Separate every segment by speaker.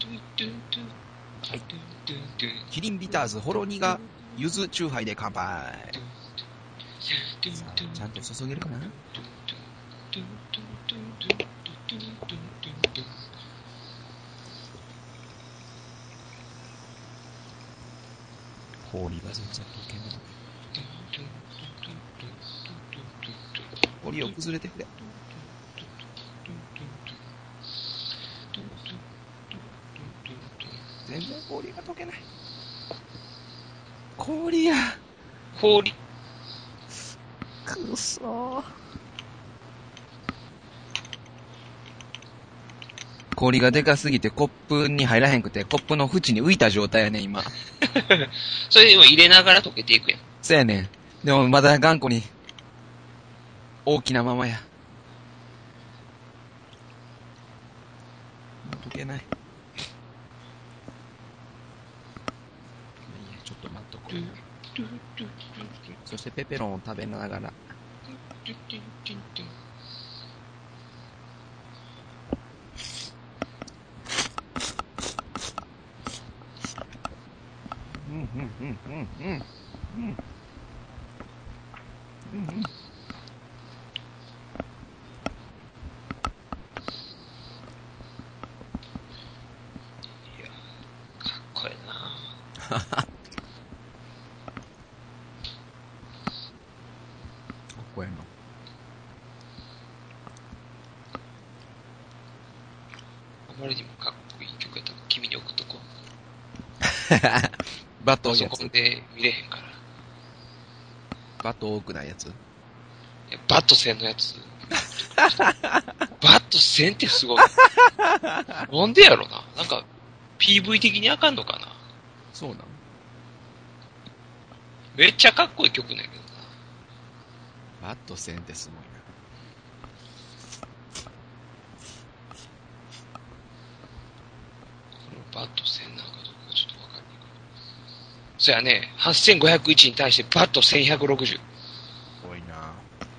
Speaker 1: はい。キリンビターズほろ苦柚子チューハイで乾杯。さあ、ちゃんと注げるかな。氷が全然溶けない。氷を崩れてくれ。全然氷が溶けない。氷や。
Speaker 2: 氷。
Speaker 1: くそー。氷がでかすぎてコップに入らへんくて、コップの縁に浮いた状態やねん、今。
Speaker 2: それを入れながら溶けていくやん。
Speaker 1: そうやねん。でもまだ頑固に、大きなままや。溶けない。いいや、ちょっと待っとこう。そしてペペロンを食べながら。
Speaker 2: かっこいいな。
Speaker 1: かっこいいな。
Speaker 2: あまりにもかっこいい曲やったら君に送っとこう。
Speaker 1: バット
Speaker 2: パソ
Speaker 1: 多いやつ。
Speaker 2: コンで見れへんから。
Speaker 1: バット多くないやつ。
Speaker 2: いやバット1000のやつ。バット1000ってすごい。なんでやろな。なんか、PV 的にあかんのかな。
Speaker 1: そうなの。
Speaker 2: めっちゃかっこいい曲なんやけどな。
Speaker 1: バット1000ってすごいな。
Speaker 2: このバット1000なんかどうかちょっとわかんないけど。そやね、8501に対してバット1160。
Speaker 1: すごいな。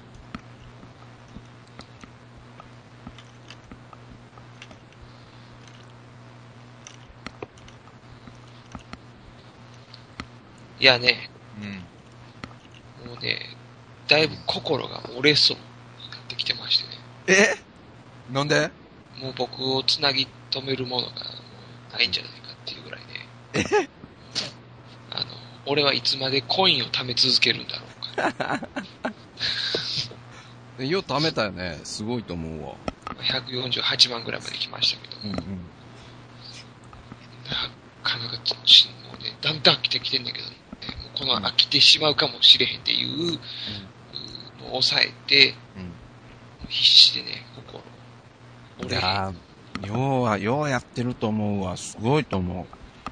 Speaker 2: いやね、
Speaker 1: うん。
Speaker 2: もうね、だいぶ心が折れそうになってきてましてね。
Speaker 1: えなんで。
Speaker 2: もう僕をつなぎ止めるものがもうないんじゃないかっていうぐらいね。俺はいつまでコインを貯め続けるんだろうか。
Speaker 1: よう貯めたよね。すごいと思うわ。
Speaker 2: 148万ぐらいまで来ましたけど、
Speaker 1: うんうん。
Speaker 2: なかなかもうね、だんだん飽きてきてんだけどね、もうこの飽きてしまうかもしれへんっていうのを抑えて、必死でね、心折れへん。
Speaker 1: いやー、ようやってると思うわ。すごいと思う。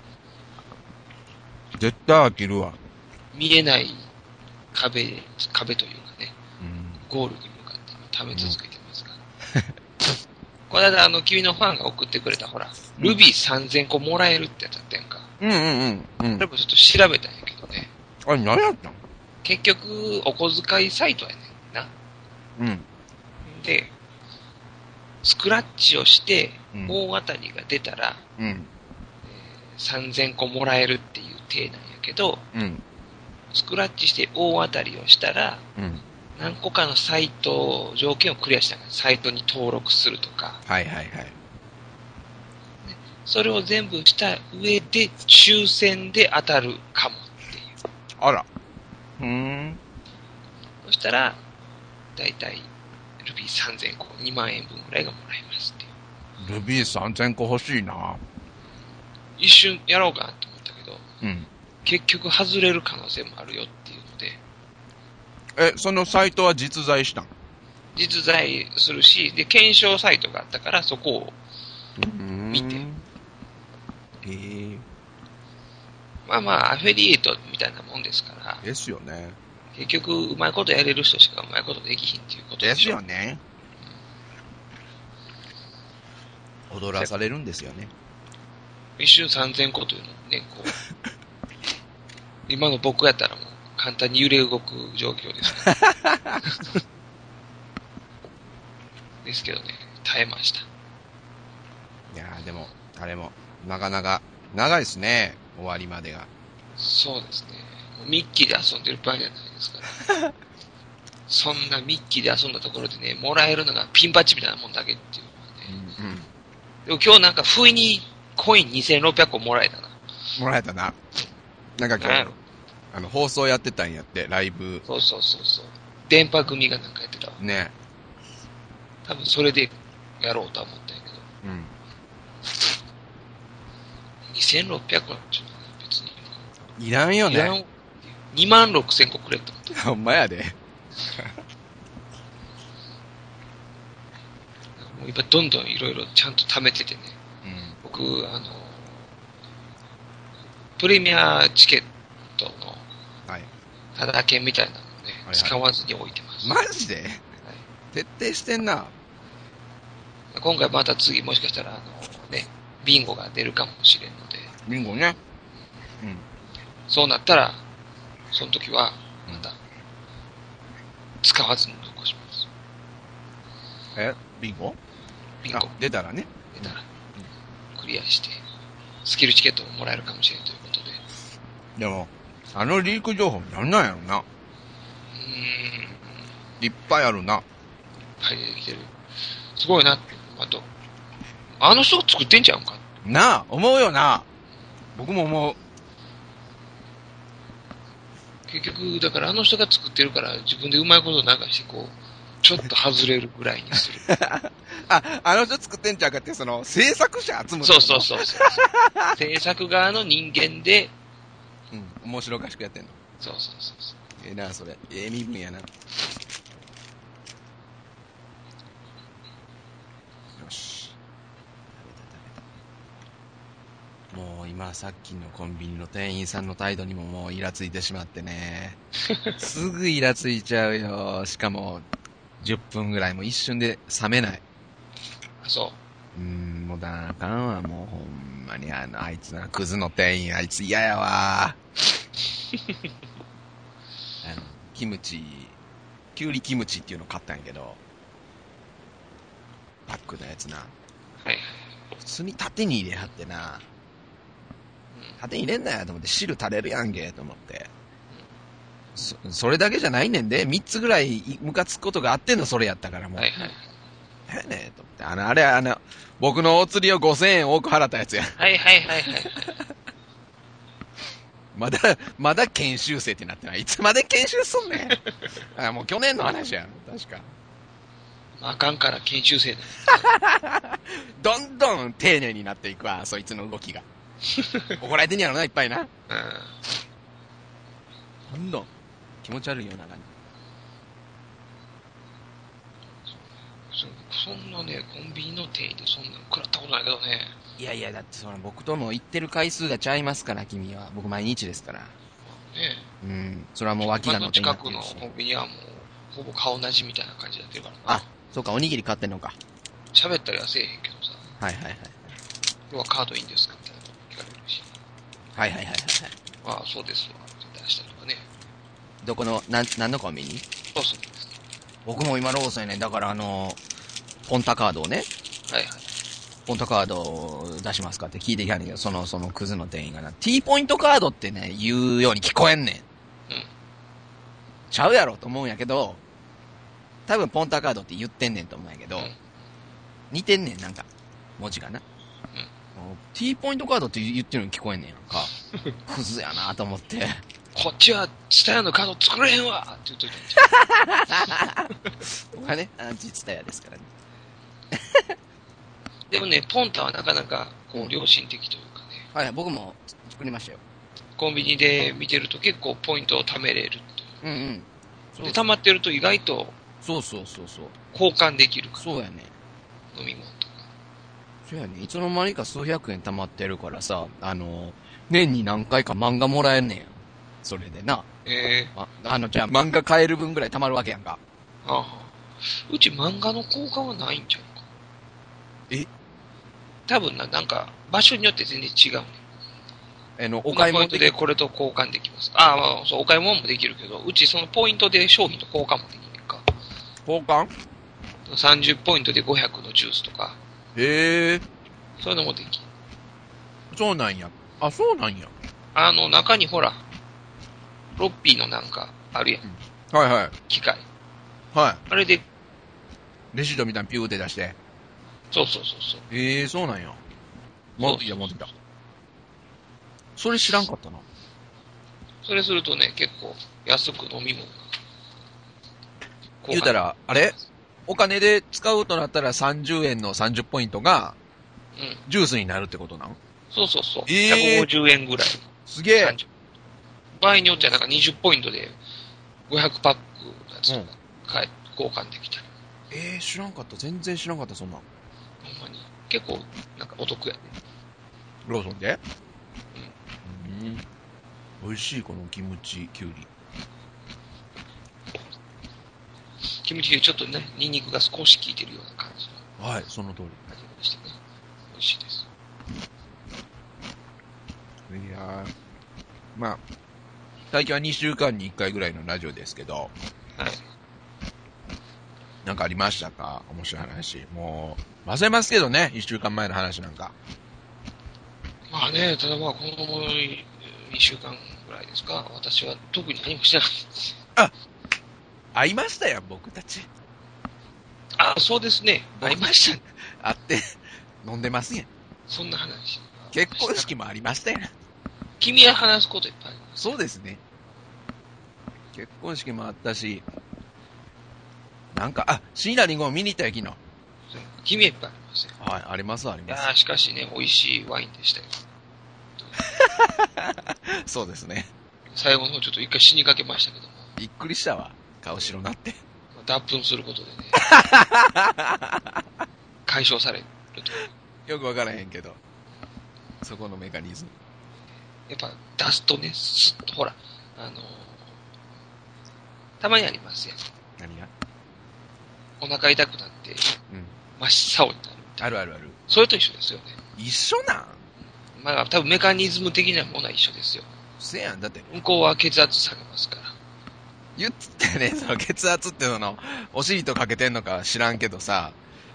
Speaker 1: 絶対飽きるわ。
Speaker 2: 見えない壁というかね、
Speaker 1: うん。
Speaker 2: ゴールに向かって貯め続けてますから。この間君のファンが送ってくれたほら、ルビー3000個もらえるってやつあったやんか。
Speaker 1: うんうんうん。
Speaker 2: それもちょっと調べたんやけどね。
Speaker 1: あれ何やったん。
Speaker 2: 結局、お小遣いサイトやねんな。
Speaker 1: うん。
Speaker 2: で、スクラッチをして、
Speaker 1: うん
Speaker 2: 大当たりが出たら、
Speaker 1: うん
Speaker 2: 3000個もらえるっていう体なんやけど、
Speaker 1: うん
Speaker 2: スクラッチして大当たりをしたら、
Speaker 1: うん
Speaker 2: 何個かのサイト、条件をクリアしたから、サイトに登録するとか、
Speaker 1: はいはいはい。
Speaker 2: それを全部した上で、抽選で当たるかもっていう。
Speaker 1: あら。
Speaker 2: そしたら、だいたいルビー3000個、2万円分ぐらいがもらえますっていう。
Speaker 1: ルビー3000個欲しいな。
Speaker 2: 一瞬やろうかなと思ったけど、
Speaker 1: うん。
Speaker 2: 結局外れる可能性もあるよっていうので、
Speaker 1: そのサイトは実在したん。
Speaker 2: 実在するし、で、検証サイトがあったから、そこを見て。まあまあ、アフィリエイトみたいなもんですから。
Speaker 1: ですよね。
Speaker 2: 結局、うまいことやれる人しかうまいことできひんっていうことでしょ。
Speaker 1: ですよね。踊らされるんですよね。
Speaker 2: 一瞬3000個というのをね、こう、今の僕やったらもう簡単に揺れ動く状況ですから。ですけどね、耐えました。
Speaker 1: いやーでも、 あれも、なかなか、長いですね。終わりまでが。
Speaker 2: そうですね。ミッキーで遊んでる場合じゃないですから。そんなミッキーで遊んだところでね、もらえるのがピンバッジみたいなもんだけっていうのはね。でも今日なんか不意にコイン2600個もらえたな。
Speaker 1: もらえたな。なんか今日、放送やってたんやって、ライブ。
Speaker 2: そう。電波組がなんかやってたわ。
Speaker 1: ね。
Speaker 2: 多分それでやろうとは思ったんやけど。2600個なんちゅうのね、別に。
Speaker 1: いらんよね。
Speaker 2: 26000個くれってこと。
Speaker 1: ほんまやで。
Speaker 2: もう今どんどんいろいろちゃんと貯めててね。僕、プレミアチケットの、タダ券みたいなのをね、使わずに置いてます。
Speaker 1: マジで、徹底してんな。
Speaker 2: 今回また次もしかしたら、ビンゴが出るかもしれんので。
Speaker 1: ビンゴね。
Speaker 2: そうなったら、その時は、また、使わずに残します。
Speaker 1: ビンゴ
Speaker 2: ビンゴ。
Speaker 1: 出たらね。
Speaker 2: 出たら、クリアして、スキルチケットももらえるかもしれんということで。
Speaker 1: でも、リーク情報なんなんやろな。いっぱいあるな。
Speaker 2: はい、出てきてる。すごいな。あと、あの人が作ってんちゃうんか
Speaker 1: なあ、思うよな。僕も思う。
Speaker 2: 結局、だからあの人が作ってるから、自分でうまいこと流して、こう、ちょっと外れるぐらいにする。
Speaker 1: あの人作ってんちゃうかって、制作者集む。
Speaker 2: そう。制作側の人間で、
Speaker 1: 面白おかしくやってんの。
Speaker 2: そう。
Speaker 1: な、それ。身分やな。よし。食べた。もう今さっきのコンビニの店員さんの態度にももうイラついてしまってね。すぐイラついちゃうよ。しかも、10分ぐらいも一瞬で冷めない。
Speaker 2: そう。
Speaker 1: もうだなあかんわ。もうほんまにあいつな、クズの店員、あいつ嫌やわ。キムチ、キュウリキムチっていうの買ったんやけど、パックのやつな。普通に縦に入れはってな。縦に入れんなよと思って、汁垂れるやんけと思って。それだけじゃないねんで、3つぐらいムカつくことがあってんの、それやったからもう。ねえと思って。あれ、僕のお釣りを5000円多く払ったやつや。まだ研修生ってなってない。いつまで研修すんねん。もう去年の話やん。確か。
Speaker 2: あかんから研修生だ。
Speaker 1: どんどん丁寧になっていくわ、そいつの動きが。怒られてんやろな、いっぱいな。どんどん気持ち悪いような感じ。
Speaker 2: そんなね、コンビニの店員でそんなの食らったことないけどね。
Speaker 1: いや、だって僕との行ってる回数がちゃいますから、君は。僕毎日ですから。それはもう脇がの
Speaker 2: 近くのコンビニはもう、ほぼ顔なじみたいな感じでやってるからな。
Speaker 1: あ、そうか、おにぎり買ってんのか。
Speaker 2: 喋ったりはせえへんけどさ。
Speaker 1: はい。
Speaker 2: 要はカードいいんですかみたいなこと聞かれるし。
Speaker 1: はい。
Speaker 2: ああ、そうですわ。って出したりとかね。
Speaker 1: どこの、何のコンビニ？
Speaker 2: ローソン。
Speaker 1: 僕も今ローソンやね。だからポンタカードをね。ポンタカードを出しますかって聞いてきたんだけど、そのクズの店員がな、T ポイントカードってね、言うように聞こえんねん。ちゃうやろと思うんやけど、多分ポンタカードって言ってんねんと思うんやけど、似てんねん、なんか、文字がな。T ポイントカードって言ってるのに聞こえんねんやんか。クズやなと思って。
Speaker 2: こっちは、ツタヤのカード作れへんわって言っといたん
Speaker 1: 僕はね、アンチツタヤですからね。
Speaker 2: でもね、ポンタはなかなか、こう、良心的というかね。
Speaker 1: はい、僕も作りましたよ。
Speaker 2: コンビニで見てると結構ポイントを貯めれるという。で、貯まってると意外と、
Speaker 1: そう。
Speaker 2: 交換できるから。
Speaker 1: そうやね。
Speaker 2: 飲み物とか。
Speaker 1: そうやね。いつの間にか数百円貯まってるからさ、年に何回か漫画もらえんねんや。それでな。じゃあ漫画買える分ぐらい貯まるわけやんか。
Speaker 2: うち漫画の交換はないんちゃうか。多分なんか、場所によって全然違うね。
Speaker 1: お買い物
Speaker 2: でこれと交換できます。そう、お買い物もできるけど、うちそのポイントで商品と交換もできるねんか。
Speaker 1: 交換
Speaker 2: ?30 ポイントで500のジュースとか。
Speaker 1: へえ。
Speaker 2: そういうのもできる。
Speaker 1: そうなんや。あ、そうなんや。
Speaker 2: 中にほら、ロッピーのなんか、あるやん。
Speaker 1: はいはい。
Speaker 2: 機械。
Speaker 1: はい。
Speaker 2: あれで、
Speaker 1: レシートみたいにピューって出して。
Speaker 2: そう。
Speaker 1: そうなんや。持ってきた。それ知らんかったな。
Speaker 2: それするとね、結構安く飲み物が。
Speaker 1: 言うたら、あれお金で使うとなったら30円の30ポイントが、ジュースになるってことなの？
Speaker 2: そう。150円ぐらい。
Speaker 1: すげえ。
Speaker 2: 場合によってはなんか20ポイントで500パックのやつとか、交換できたり。
Speaker 1: 知らんかった。全然知らんかった、そんなん。
Speaker 2: ほんまに。結構、なんかお得やね。
Speaker 1: ローソンで？美味しい、このキムチきゅうり。
Speaker 2: キムチでちょっとね、ニンニクが少し効いてるような感じ
Speaker 1: の。はい、その通り。
Speaker 2: 味がしてね。美味しいです。
Speaker 1: いやー、まあ、最近は2週間に1回ぐらいのラジオですけど、はい。なんかありましたか？面白い話。もう、忘れますけどね、1週間前の話なんか。
Speaker 2: まあね、ただまあ、この2週間ぐらいですか、私は特に何もしてなかったです。
Speaker 1: 会いましたよ、僕たち。
Speaker 2: そうですね。会いましたね。
Speaker 1: 会って、飲んでますやん。
Speaker 2: そんな話。
Speaker 1: 結婚式もありましたやん。
Speaker 2: 君は話すこといっぱいあります。
Speaker 1: そうですね。結婚式もあったし、なんか、椎名林檎を見に行ったよ、昨日。
Speaker 2: 君はいっぱいありますよ。
Speaker 1: はい、あります。
Speaker 2: いやしかしね、美味しいワインでしたよ。
Speaker 1: そうですね。
Speaker 2: 最後の方ちょっと一回死にかけましたけども。
Speaker 1: びっくりしたわ。顔白なって。
Speaker 2: 脱粉することでね。解消されると。
Speaker 1: よくわからへんけど。そこのメカニズム。
Speaker 2: やっぱ出すとね、スッとほら、たまにありますよ。
Speaker 1: 何が？
Speaker 2: お腹痛くなって、真っ青になる。
Speaker 1: あるある。
Speaker 2: それと一緒ですよね。
Speaker 1: 一緒なん？
Speaker 2: まあ多分メカニズム的なものは一緒ですよ。
Speaker 1: せやん、だって。
Speaker 2: 向こうは血圧下げますから。
Speaker 1: 言ってたよね、その血圧っていうの、お尻とかけてんのか知らんけどさ、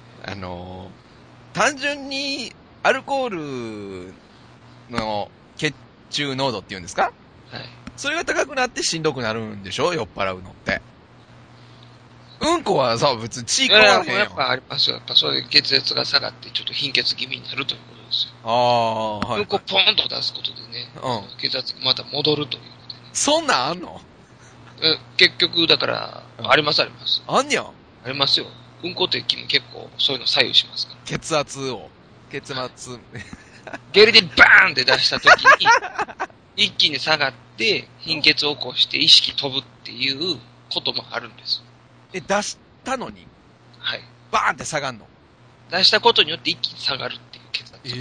Speaker 1: 単純にアルコールの血中濃度っていうんですか？
Speaker 2: はい。
Speaker 1: それが高くなってしんどくなるんでしょ？酔っ払うのって。うんこはさ、別に血変わらへんよ。
Speaker 2: やっぱありますよ。やっぱそれで血圧が下がってちょっと貧血気味になるということですよ。
Speaker 1: はい。
Speaker 2: うんこポンと出すことでね、血圧がまた戻るということでね。
Speaker 1: そんなんあんの？
Speaker 2: 結局、だから、あります。
Speaker 1: あんにゃん？
Speaker 2: ありますよ。うんこって気も結構そういうの左右しますから。
Speaker 1: 血圧を。血圧。
Speaker 2: 下痢でバーンって出した時に、一気に下がって貧血を起こして意識飛ぶっていうこともあるんです。
Speaker 1: 出したのに？
Speaker 2: はい。
Speaker 1: バーンって下がんの？
Speaker 2: 出したことによって一気に下がるっていう血圧。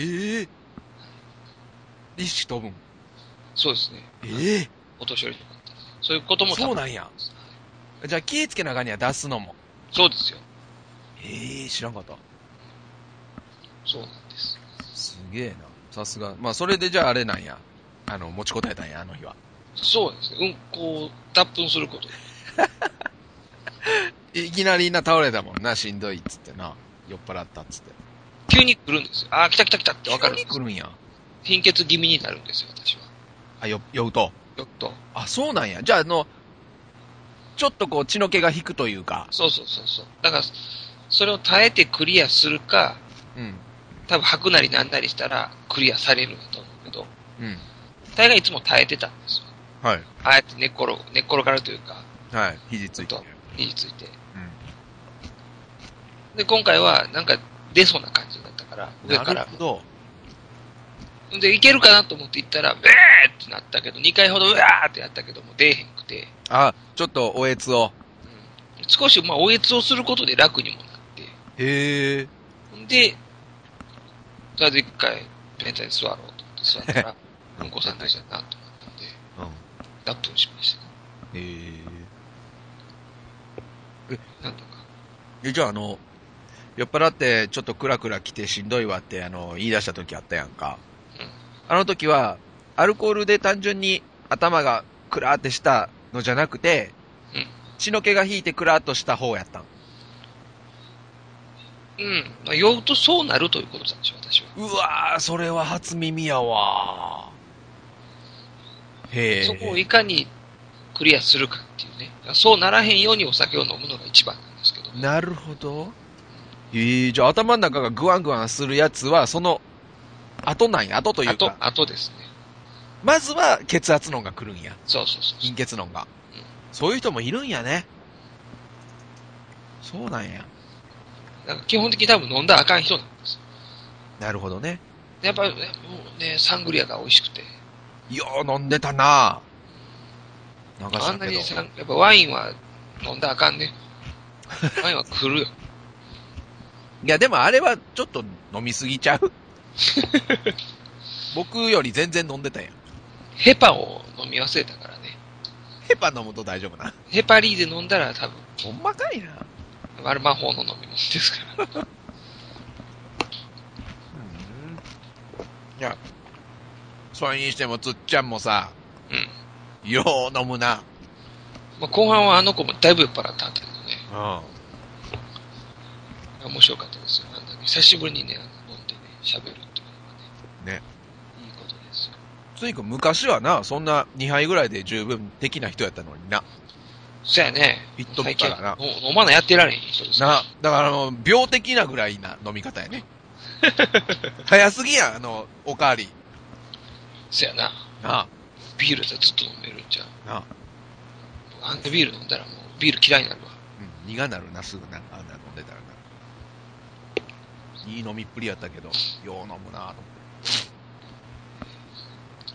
Speaker 1: 意識飛ぶん？
Speaker 2: そうですね。お年寄りとかって。そういうことも
Speaker 1: そうなんや。じゃあ気ぃつけなあかんには出すのも。
Speaker 2: そうですよ。
Speaker 1: 知らんかった。
Speaker 2: そうなんです。
Speaker 1: すげえな。さすが。まあ、それでじゃああれなんや。持ちこたえたんや、あの日は。
Speaker 2: そうですね。うんこを脱粉すること
Speaker 1: で。いきなり倒れたもんな、しんどいっつってな。酔っ払ったっつって。
Speaker 2: 急に来るんですよ。来たってわかるんです。
Speaker 1: 急に来るんや。
Speaker 2: 貧血気味になるんですよ、私は。
Speaker 1: 酔うと。そうなんや。じゃあちょっとこう血の気が引くというか。
Speaker 2: そう。だから、それを耐えてクリアするか、多分吐くなりなんなりしたらクリアされるんだと思うけど、大概いつも耐えてたんですよ。
Speaker 1: はい。
Speaker 2: ああやって寝っ転がるというか。
Speaker 1: はい。肘ついて。
Speaker 2: で、今回はなんか出そうな感じだったから、上から。
Speaker 1: なるほど。
Speaker 2: で、いけるかなと思って行ったら、ってなったけど、2回ほどってやったけども、出えへんくて。
Speaker 1: ちょっとおえつを。
Speaker 2: 少し、おえつをすることで楽にもなって。で、とりあえず一回、ベンチに座ろうと思って座ったら、うんこさん大事だなと思ったんで、脱粉しましたね。なんとか。
Speaker 1: じゃあ酔っ払ってちょっとクラクラ来てしんどいわって言い出した時あったやんか。あの時は、アルコールで単純に頭がクラーってしたのじゃなくて、血の気が引いてクラーっとした方やったん？
Speaker 2: まあ、酔うとそうなるということなんでしょう、私は。
Speaker 1: うわー、それは初耳やわー。へえ。
Speaker 2: そこをいかにクリアするかっていうね。そうならへんようにお酒を飲むのが一番なんですけど。
Speaker 1: なるほど。じゃあ頭の中がグワングワンするやつは、その、後なんや、後というか。
Speaker 2: 後ですね。
Speaker 1: まずは血圧論が来るんや。
Speaker 2: そうそうそう。
Speaker 1: 貧血論が。そういう人もいるんやね。そうなんや。
Speaker 2: なんか基本的に多分飲んだらあかん人なんです。
Speaker 1: なるほどね。
Speaker 2: やっぱり、もうね、サングリアが美味しくて。
Speaker 1: よう飲んでたな
Speaker 2: あんなにやっぱワインは飲んだらあかんね。ワインは来るよ。
Speaker 1: いや、でもあれはちょっと飲みすぎちゃう僕より全然飲んでたやん。
Speaker 2: ヘパを飲み忘れたからね。
Speaker 1: ヘパ飲むと大丈夫な。
Speaker 2: ヘパリーで飲んだら多分。
Speaker 1: ほんまかいな。
Speaker 2: あれ魔法の飲み物ですから。
Speaker 1: いや、それにしてもつっちゃんもさ、よう飲むな。
Speaker 2: まあ、後半はあの子もだいぶ酔っ払ったんだけどね。面白かったですよ。なんだ久しぶりにね、飲んでね、喋るっていうのがね。ね。いいことですよ。
Speaker 1: ついく昔はな、そんな2杯ぐらいで十分的な人やったのにな。
Speaker 2: そやね。
Speaker 1: ピッと見からな。
Speaker 2: 飲まなやってられへん人です
Speaker 1: な。だから病的なぐらいな飲み方やね。早すぎやん、おかわり。
Speaker 2: そやな。
Speaker 1: なあ。
Speaker 2: ビールでずっと飲めるんじゃん。
Speaker 1: なあ。
Speaker 2: あんなビール飲んだらもうビール嫌いになるわ。
Speaker 1: うん、苦なるな、すぐな。あんな飲んでたらな。いい飲みっぷりやったけど、よう飲むなと思って。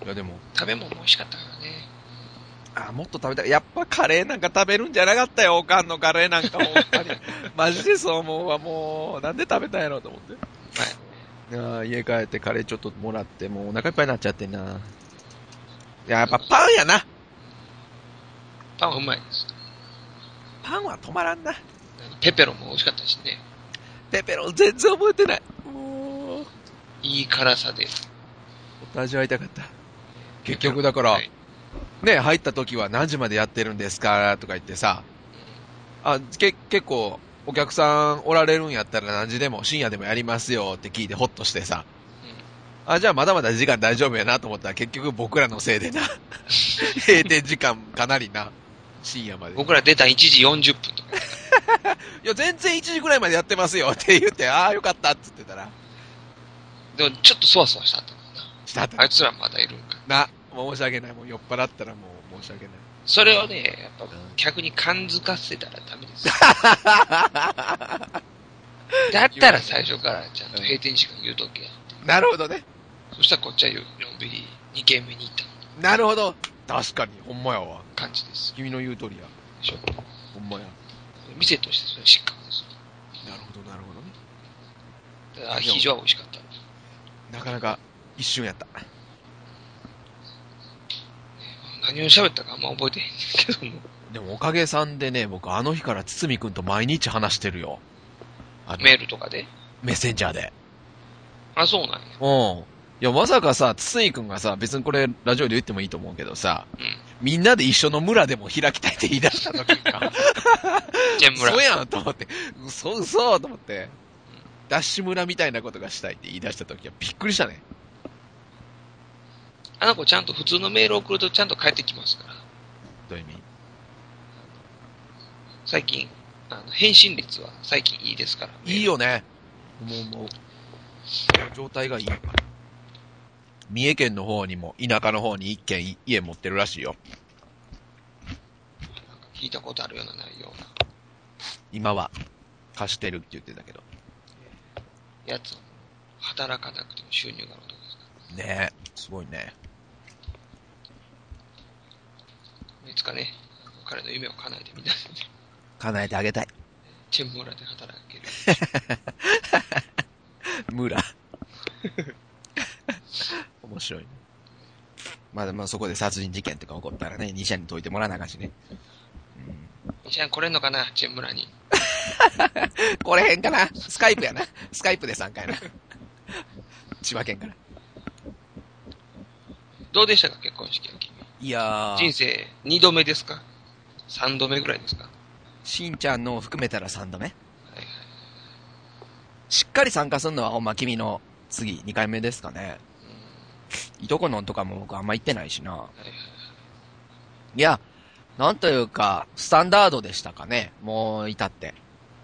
Speaker 1: いやでも。
Speaker 2: 食べ物美味しかったからね。
Speaker 1: もっと食べたい。やっぱカレーなんか食べるんじゃなかったよ、おかんのカレーなんかも。マジでそう思うわ、もう。なんで食べたんやろうと思って。はい。家帰ってカレーちょっともらって、もうお腹いっぱいになっちゃってんな。やっぱパンやな。
Speaker 2: パンはうまいです。
Speaker 1: パンは止まらんな。
Speaker 2: ペペロンも美味しかったしね。
Speaker 1: ペペロン全然覚えてない。もう。
Speaker 2: いい辛さで。
Speaker 1: 味わいたかった。結局だから、ね、入った時は何時までやってるんですかとか言ってさ、結構お客さんおられるんやったら何時でも深夜でもやりますよって聞いてホッとしてさ、じゃあまだまだ時間大丈夫やなと思ったら結局僕らのせいでな、閉店時間かなりな、深夜まで。
Speaker 2: 僕ら出た1時40分とか。
Speaker 1: いや、全然1時ぐらいまでやってますよって言って、よかったっつってたら。
Speaker 2: でもちょっとそわそわしたんだろうな。
Speaker 1: した
Speaker 2: あいつらまだいるんか。
Speaker 1: 申し訳ない。もう酔っ払ったらもう申し訳ない。
Speaker 2: それをね、やっぱ客に感づかせたらダメですよ。だったら最初からちゃんと閉店時間言うとけや。
Speaker 1: なるほどね。
Speaker 2: そしたらこっちはのんびり2軒目に行った。
Speaker 1: なるほど。確かに、ほんまやわ。
Speaker 2: 感じです。
Speaker 1: 君の言う通りや。
Speaker 2: でしょ。
Speaker 1: ほんまや。
Speaker 2: 店としてそれ失格です。
Speaker 1: なるほど、なるほどね。
Speaker 2: アヒージョは美味しかった。
Speaker 1: なかなか一瞬やった。
Speaker 2: 何を喋ったかあんま覚えてへんけども。
Speaker 1: でもおかげさんでね、僕あの日から堤くんと毎日話してるよ。
Speaker 2: メールとかで
Speaker 1: メッセンジャーで。
Speaker 2: そうなんや。
Speaker 1: いや、まさかさ、堤くんがさ、別にこれラジオで言ってもいいと思うけどさ、
Speaker 2: うん、
Speaker 1: みんなで一緒の村でも開きたいって言い出した時か。そうやんと思って、嘘と思って、ダッシュ村みたいなことがしたいって言い出した時はびっくりしたね。
Speaker 2: あの子ちゃんと普通のメール送るとちゃんと返ってきますから。
Speaker 1: どういう意味？
Speaker 2: 最近、返信率は最近いいですから。
Speaker 1: いいよね。もう、状態がいい。三重県の方にも、田舎の方に一軒家持ってるらしいよ。
Speaker 2: なんか聞いたことあるようなないような。
Speaker 1: 今は、貸してるって言ってたけど。
Speaker 2: やつは、働かなくても収入がある男ですから。
Speaker 1: ねえ、すごいね。
Speaker 2: いつかね、彼の夢を叶えてみんなで、
Speaker 1: 叶えてあげたい。
Speaker 2: チェン村で働ける。
Speaker 1: 村。面白いね。まあそこで殺人事件とか起こったらね、西谷に解いてもらわなあかんしね。
Speaker 2: 西谷来れんのかな、チェン村に。
Speaker 1: 来れへんかな。スカイプやな。スカイプで参加やな。千葉県から。
Speaker 2: どうでしたか、結婚式は君。
Speaker 1: いや
Speaker 2: 人生2度目ですか ?3 度目ぐらいですか？
Speaker 1: しんちゃんのを含めたら3度目。
Speaker 2: はいはい。
Speaker 1: しっかり参加するのはほんま君の次、2回目ですかね。いとこのんとかも僕あんま行ってないしな。いや、なんというか、スタンダードでしたかね。もう、至って。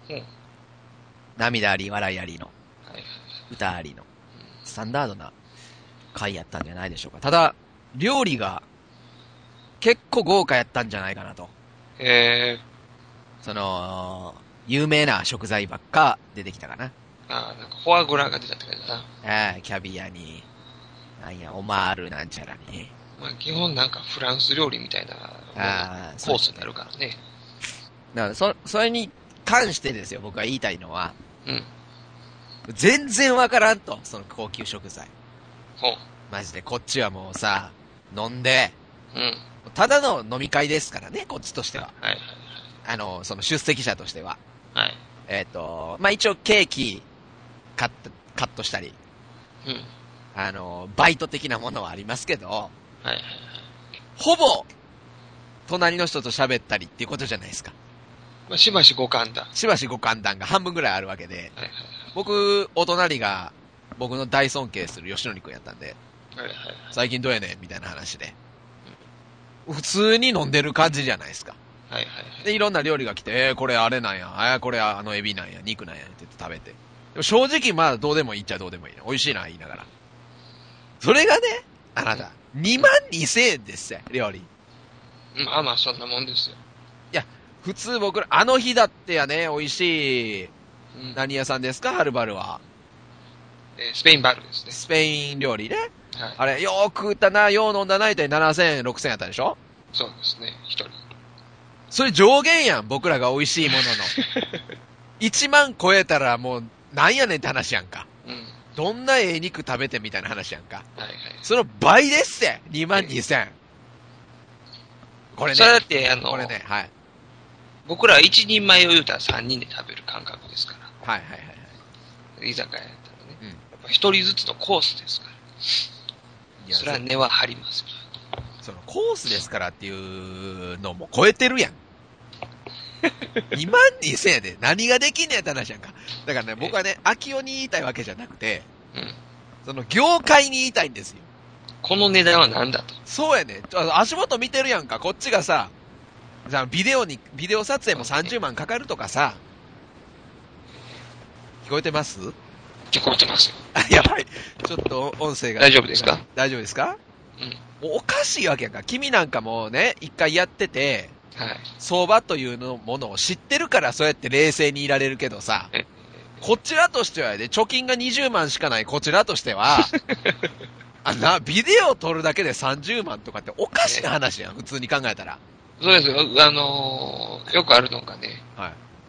Speaker 1: 涙あり、笑いありの。歌ありの。スタンダードな回やったんじゃないでしょうか。ただ、料理が、結構豪華やったんじゃないかなと。その、有名な食材ばっか出てきたかな。
Speaker 2: なんかフォアグラが出たって感じだな。
Speaker 1: キャビアに、なんや、オマールなんちゃらに。
Speaker 2: まあ基本なんかフランス料理みたいなコースになるからね。
Speaker 1: だからそれに関してですよ、僕が言いたいのは。
Speaker 2: うん。
Speaker 1: 全然わからんと、その高級食材。
Speaker 2: ほう。
Speaker 1: マジで、こっちはもうさ、飲んで、
Speaker 2: うん。
Speaker 1: ただの飲み会ですからね、こっちとしては。
Speaker 2: はいはい
Speaker 1: はい。その出席者としては。
Speaker 2: はい。
Speaker 1: まあ、一応ケーキカットしたり。
Speaker 2: うん。
Speaker 1: バイト的なものはありますけど、
Speaker 2: はいはいはい。
Speaker 1: ほぼ、隣の人と喋ったりっていうことじゃないですか。
Speaker 2: まあ、しばしご歓談。
Speaker 1: しばしご歓談が半分ぐらいあるわけで、
Speaker 2: はいはいはい。
Speaker 1: 僕、お隣が、僕の大尊敬する吉野くんやったんで、
Speaker 2: はいはいはい。
Speaker 1: 最近どうやねんみたいな話で。普通に飲んでる感じじゃないですか。
Speaker 2: はいはいはい。
Speaker 1: で、いろんな料理が来て、これあれなんや、これエビなんや、肉なんやって言って食べて。でも正直まあどうでもいいっちゃどうでもいいな。美味しいな、言いながら。それがね、あなた、22,000円ですよ、料理。
Speaker 2: まあまあ、そんなもんですよ。
Speaker 1: いや、普通僕ら、あの日だってやね、美味しい、何屋さんですか、はるばるは。
Speaker 2: スペインバルですね。
Speaker 1: スペイン料理ね。
Speaker 2: はい。
Speaker 1: あれ、よーく食ったな、よう飲んだな、いたい7000円、6000円やったでしょ。
Speaker 2: そうですね、一人。
Speaker 1: それ上限やん、僕らが美味しいものの。1万超えたらもう、なんやねんって話やんか。
Speaker 2: うん。
Speaker 1: どんなええ肉食べてみたいな話やんか。
Speaker 2: はいはい。
Speaker 1: その倍ですって、22,000。これね。
Speaker 2: それだって
Speaker 1: これね、はい。
Speaker 2: 僕ら一人前を言うたら3人で食べる感覚ですから。
Speaker 1: はいはいはいはい。
Speaker 2: 居酒屋やったらね。
Speaker 1: うん。
Speaker 2: やっぱ一人ずつのコースですから。
Speaker 1: いや、
Speaker 2: それは根は張りますよ。
Speaker 1: そのコースですからっていうのも超えてるやん。22,000円で何ができんねんって話やんか。だからね、僕はね、秋代に言いたいわけじゃなくて、
Speaker 2: うん。
Speaker 1: その業界に言いたいんですよ。
Speaker 2: この値段は何だと。
Speaker 1: そうやね。足元見てるやんか。こっちがさ、ビデオ撮影も30万かかるとかさ。聞こえてます？
Speaker 2: 聞こえてますよ。
Speaker 1: やばい。ちょっと音声が。
Speaker 2: 大丈夫ですか？
Speaker 1: 大丈夫ですか？
Speaker 2: うん。
Speaker 1: おかしいわけやんか。君なんかもね、一回やってて、
Speaker 2: はい。
Speaker 1: 相場というものを知ってるからそうやって冷静にいられるけどさ、こちらとしてはね、貯金が20万しかないこちらとしては、ビデオを撮るだけで30万とかっておかしな話やん、普通に考えたら。
Speaker 2: そうですよ。よくあるのがね、
Speaker 1: はい。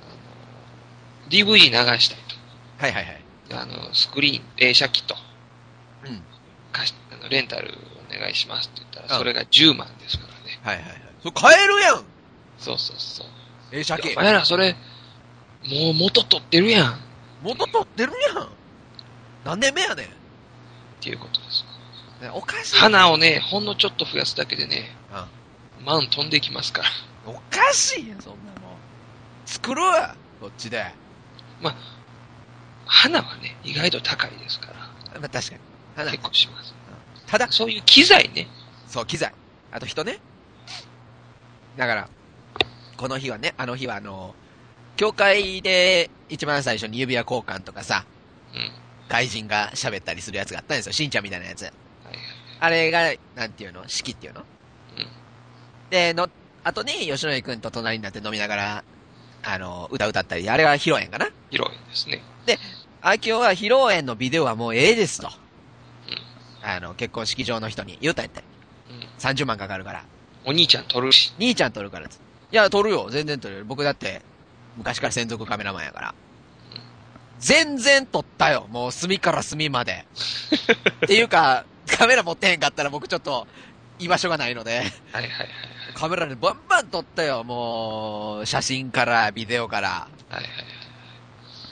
Speaker 2: DVD 流したいと。
Speaker 1: はいはいはい。
Speaker 2: スクリーン、映写機と、
Speaker 1: うん。
Speaker 2: レンタルお願いしますって言ったら、それが10万ですからね。
Speaker 1: はいはいはい。それ買えるやん。
Speaker 2: そうそうそう。
Speaker 1: 映写機。
Speaker 2: お前らそれ、もう元取ってるやん。
Speaker 1: 元取ってるやん。何年目やねん。
Speaker 2: っていうことです。
Speaker 1: おかしい。
Speaker 2: 花をね、ほんのちょっと増やすだけでね、
Speaker 1: うん。
Speaker 2: 万飛んできますから。
Speaker 1: おかしいやん、そんなの。作るわ、こっちで。
Speaker 2: まあ、花はね、意外と高いですから。
Speaker 1: まあ確かに。花
Speaker 2: 結構します。
Speaker 1: ただ、
Speaker 2: そういう機材ね。
Speaker 1: そう、機材。あと人ね。だから、この日はね、あの日は教会で一番最初に指輪交換とかさ、
Speaker 2: うん。
Speaker 1: 外人が喋ったりするやつがあったんですよ。しんちゃんみたいなやつ。
Speaker 2: はいはい。
Speaker 1: あれが、なんていうの？式っていうの？
Speaker 2: うん。
Speaker 1: で、あとね、吉野家くんと隣になって飲みながら、歌歌ったり、あれは披露宴かな？
Speaker 2: 披露宴ですね。
Speaker 1: で、今日は披露宴のビデオはもうええですと。
Speaker 2: うん。
Speaker 1: 結婚式場の人に言うたんやって。
Speaker 2: うん。
Speaker 1: 30万かかるから。
Speaker 2: お兄ちゃん撮るし。
Speaker 1: 兄ちゃん撮るからつ。いや、撮るよ。全然撮るよ。僕だって、昔から専属カメラマンやから。全然撮ったよ。もう隅から隅まで。っていうか、カメラ持ってへんかったら僕ちょっと居場所がないので。
Speaker 2: はいはいはい。
Speaker 1: カメラでバンバン撮ったよ。もう、写真からビデオから。
Speaker 2: はいはいはい。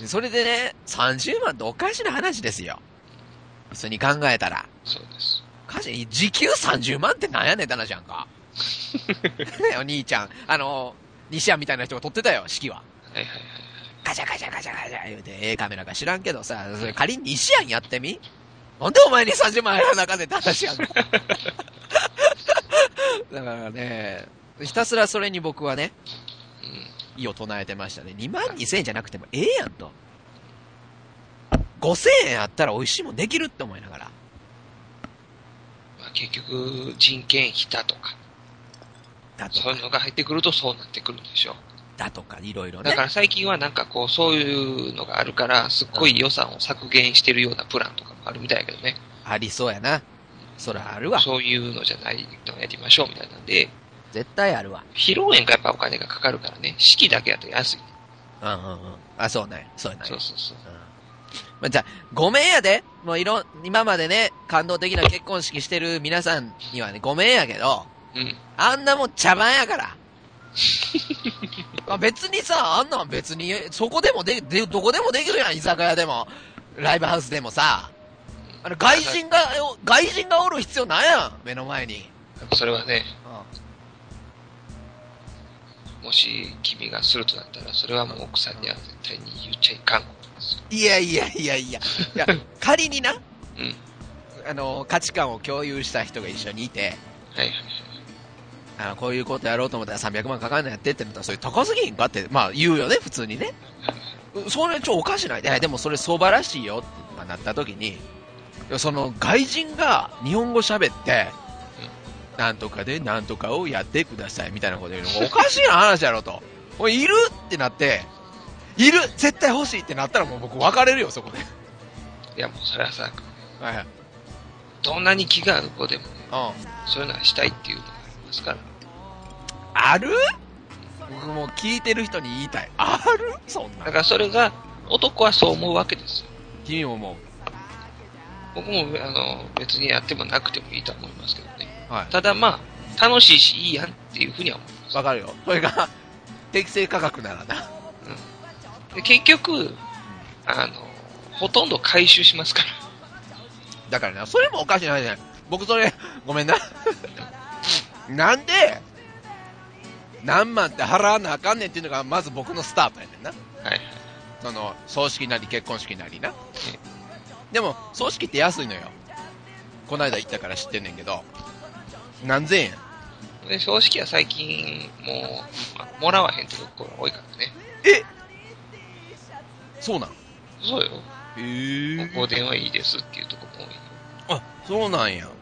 Speaker 1: それでね、30万っておかしな話ですよ。普通に考えたら。
Speaker 2: そうです。
Speaker 1: 時給30万ってなんやねんって話やんか。お兄ちゃん。西谷みたいな人が撮ってたよ、式は。
Speaker 2: はいはいはい。
Speaker 1: カチャカチャカチャカチャ言うて、カメラか知らんけどさ、それ仮に西安やってみ？なんでお前に30万円の中でって話やんか。だからね、ひたすらそれに僕はね、意を唱えてましたね。22,000円じゃなくてもええやんと。5,000円あったら美味しいもんできるって思いながら。
Speaker 2: まあ、結局、人件費だとか。そういうのが入ってくるとそうなってくるんでしょう。
Speaker 1: だとか、いろいろね。
Speaker 2: だから最近はなんかこう、そういうのがあるから、すっごい予算を削減してるようなプランとかもあるみたいやけどね。
Speaker 1: ありそうやな。そらあるわ。
Speaker 2: そういうのじゃないのをやりましょうみたいなんで。
Speaker 1: 絶対あるわ。
Speaker 2: 披露宴がやっぱお金がかかるからね。式だけやと安い。
Speaker 1: うんうんうん。あ、そうね。そうやな。
Speaker 2: そうそうそう。
Speaker 1: まあ、じゃあ、ごめんやで。もう今までね、感動的な結婚式してる皆さんにはね、ごめんやけど、
Speaker 2: うん。
Speaker 1: あんなもん茶番やから。別にさ、あんなん別に、そこでもどこでもできるやん、居酒屋でも、ライブハウスでもさ。外人がおる必要ないやん、目の前に。
Speaker 2: それはね、もし君がするとなったら、それはもう奥さんには絶対に言っちゃいかんことですよ。
Speaker 1: いや、仮にな、
Speaker 2: うん。
Speaker 1: 価値観を共有した人が一緒にいて、
Speaker 2: はいはいはい。
Speaker 1: こういうことやろうと思ったら300万かかんないやってってなったら、それ高すぎんかって、まあ言うよね、普通にね。それおかしないで、でもそれ相場らしいよってなった時に、その外人が日本語喋って、なんとかでなんとかをやってくださいみたいなこと言うのもおかしいな話やろと。おい、いるってなって、いる絶対欲しいってなったらもう僕別れるよ、そこで。
Speaker 2: いやもうそれはさ、
Speaker 1: はいはい。
Speaker 2: どんなに気がある子でもね、
Speaker 1: うん。
Speaker 2: そういうのはしたいっていうのがありますから。
Speaker 1: ある？僕も聞いてる人に言いたい。ある？そんな。
Speaker 2: だからそれが、男はそう思うわけですよ。
Speaker 1: 君も思う。
Speaker 2: 僕も、別にやってもなくてもいいと思いますけどね。
Speaker 1: はい。
Speaker 2: ただまあ、楽しいしいいやんっていうふうには思います。
Speaker 1: わかるよ。それが、適正価格ならな。
Speaker 2: うん。で結局、ほとんど回収しますから。
Speaker 1: だからな、それもおかしいなじゃない。僕それ、ごめんな。なんで、何万って払わなあかんねんっていうのが、まず僕のスタートやねんな。
Speaker 2: はいはい。
Speaker 1: その、葬式なり結婚式なりな。でも、葬式って安いのよ。こないだ行ったから知ってんねんけど、何千円。
Speaker 2: で、葬式は最近、もう、もらわへんってところが多いからね。
Speaker 1: え？そうなん？
Speaker 2: そうよ。お電話いいですっていうところも多いよ。
Speaker 1: あ、そうなんや。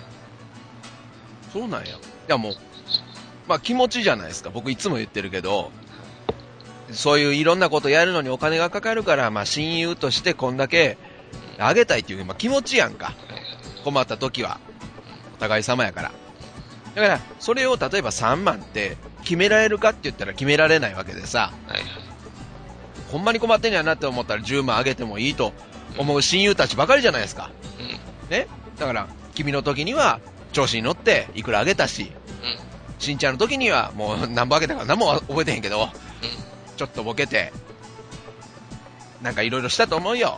Speaker 1: そうなんや。いやもう、まあ気持ちじゃないですか。僕いつも言ってるけど、そういういろんなことやるのにお金がかかるから、まあ親友としてこんだけあげたいっていう、まあ気持ちやんか。困った時は。お互い様やから。だから、それを例えば3万って決められるかって言ったら決められないわけでさ、
Speaker 2: はいはい。
Speaker 1: ほんまに困ってんやなって思ったら10万あげてもいいと思う親友たちばかりじゃないですか。ね。だから、君の時には調子に乗っていくらあげたし、しんちゃんの時にはもう何本あげたか何も覚えてへんけど、ちょっとボケて、なんかいろいろしたと思うよ。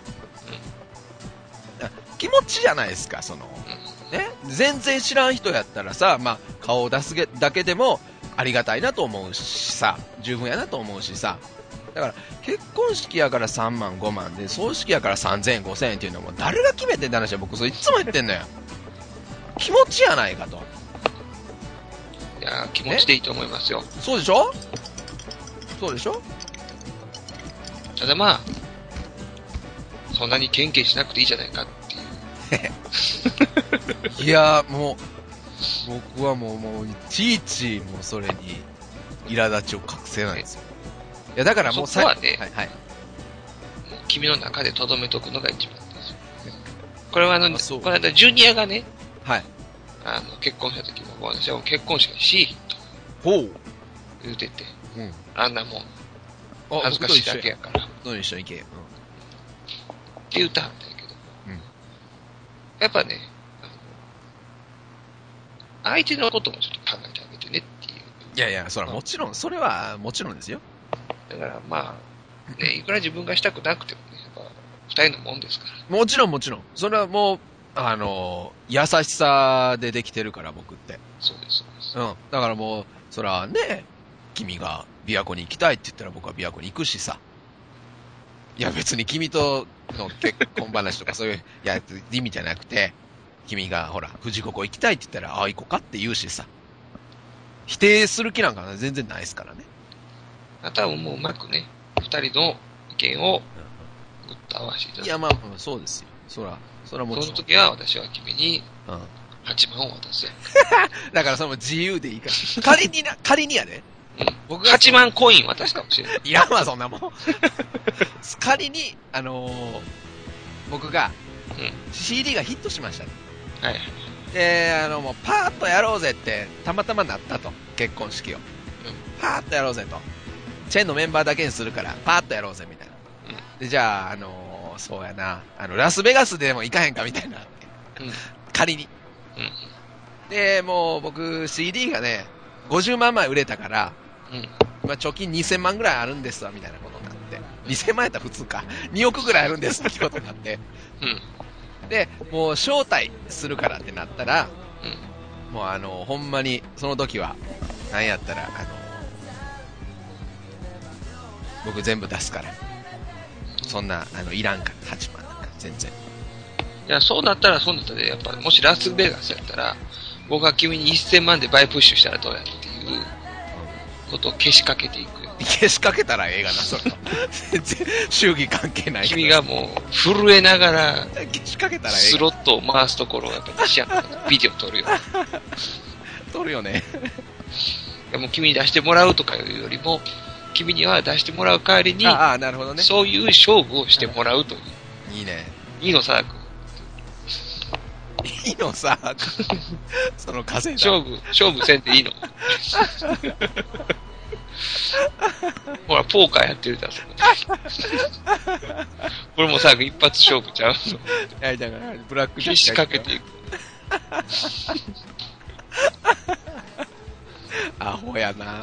Speaker 1: 気持ちじゃないですか、その。ね。全然知らん人やったらさ、まあ、顔を出すだけでもありがたいなと思うしさ、十分やなと思うしさ。だから、結婚式やから3万5万で、葬式やから3000円5,000円っていうのも誰が決めてんって話は僕いつも言ってんのよ。気持ちやないかと。
Speaker 2: いや、気持ちでいいと思いますよ。
Speaker 1: そうでしょ？そうでしょ？
Speaker 2: ただまあ、そんなに献金しなくていいじゃないかっていう。
Speaker 1: いやもう、僕はもういちいちもうそれに苛立ちを隠せないんですよ。いやだからもう
Speaker 2: そこはね、
Speaker 1: はいはい、
Speaker 2: もう君の中で留めとくのが一番ですよ。これはこの間ジュニアがね、
Speaker 1: はい、
Speaker 2: 結婚した時も私は結婚式はしいと言うてて、あんなもん恥ずかしいだけやから。
Speaker 1: どう一緒に行けよ。
Speaker 2: って言ったんだけど、やっぱね、相手のこともちょっと考えてあげてねっていう。
Speaker 1: いやいや、それはもちろん、それはもちろんですよ。
Speaker 2: だからまあ、ね、いくら自分がしたくなくてもね、やっぱ二人のもんですから。
Speaker 1: もちろん。それはもう、優しさでできてるから、僕って。
Speaker 2: そうです、そうです。
Speaker 1: だからもう、そらね、君が琵琶湖に行きたいって言ったら僕は琵琶湖に行くしさ。 いや別に君との結婚話とかそういう意味じゃなくて、君がほら、富士五湖行きたいって言ったら、ああ行こうかって言うしさ。否定する気なんか全然ないですからね。
Speaker 2: あとはもううまくね、二人の意見をぐっと合わせていただく。
Speaker 1: いやまあそうですよ。そらもちろん。
Speaker 2: その時は私は君に、8万を渡すやん。
Speaker 1: だからそれも自由でいいから。仮にやで。
Speaker 2: 僕が8万コイン渡すかもしれない。
Speaker 1: いらんわ、そんなもん。仮に、僕が、CD がヒットしましたね。
Speaker 2: はい。
Speaker 1: で、もうパーッとやろうぜって、たまたまなったと。結婚式を。パーッとやろうぜと。チェーンのメンバーだけにするから、パーッとやろうぜ、みたいな。で、じゃあ、そうやな、ラスベガスでも行かへんか、みたいな。仮に。で、もう僕 CD がね、50万枚売れたから、今貯金2000万ぐらいあるんですわ、みたいなことになって。2000万やったら普通か。2億ぐらいあるんですわ、ってことになって。で、もう招待するからってなったら、もうほんまに、その時は、なんやったら、僕全部出すから。そんな、いらんから、8万なんか、全然。
Speaker 2: いや、そうだったら、やっぱ、もしラスベガスやったら、僕は君に1000万で倍プッシュしたらどうやっていうことをけしかけていくよ。
Speaker 1: けしかけたらええがな、それは。全然、祝儀関係ないから。
Speaker 2: 君がもう、震えながら、
Speaker 1: けしかけたらええ
Speaker 2: スロットを回すところをやっぱ西山のビデオ撮るよ。
Speaker 1: 撮るよね。
Speaker 2: いやもう君に出してもらうとかいうよりも、君には出してもらう代わりに、
Speaker 1: なるほどね。
Speaker 2: そういう勝負をしてもらうという。
Speaker 1: いいね。
Speaker 2: いいのさ、
Speaker 1: いいのさ、その稼い
Speaker 2: だ。勝負せんでいいの。ほら、ポーカーやってるじゃん、そこ。これもさ、一発勝負ちゃうの。
Speaker 1: いや、だから、ブラック
Speaker 2: 消しかけていく。
Speaker 1: アホやな。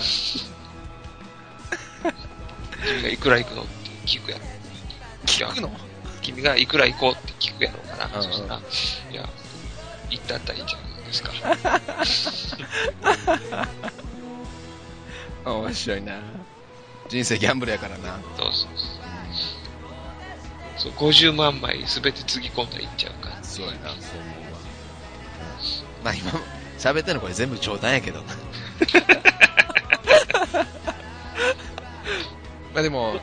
Speaker 2: 君がいくら行くのって聞くやろ。
Speaker 1: 聞くの？
Speaker 2: 君がいくら行こうって聞くやろうかな。そしたら、いや、行ったったらいいじゃないですか。
Speaker 1: 面白いな。人生ギャンブルやからな。
Speaker 2: そう、50万枚すべてつぎ込んだらいっちゃうから。
Speaker 1: そうやな、そう思うわ。まあ今、喋ってんのこれ全部冗談やけどな。まあでも、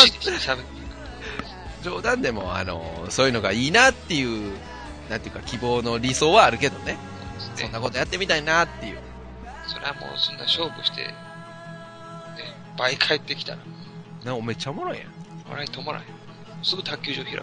Speaker 1: 冗談でも、そういうのがいいなっていう、なんていうか希望の理想はあるけどね。そんなことやってみたいなっていう。
Speaker 2: それはもうそんな勝負して、ね、倍返ってきたら。
Speaker 1: めっちゃおもろいやん。
Speaker 2: 笑い止まらへん。すぐ卓球場開く。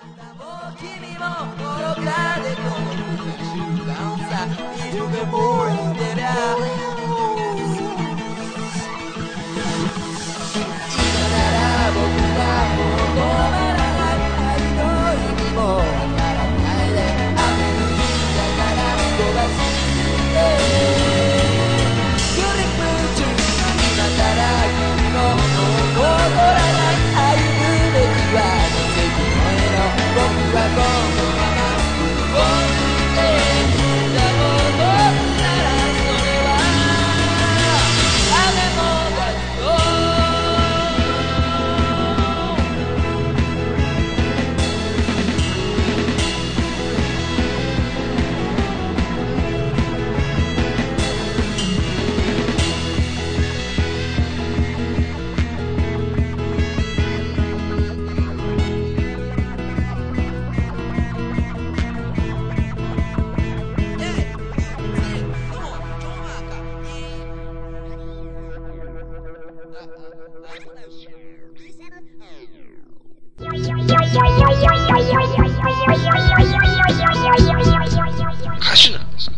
Speaker 2: 歌手なんですから。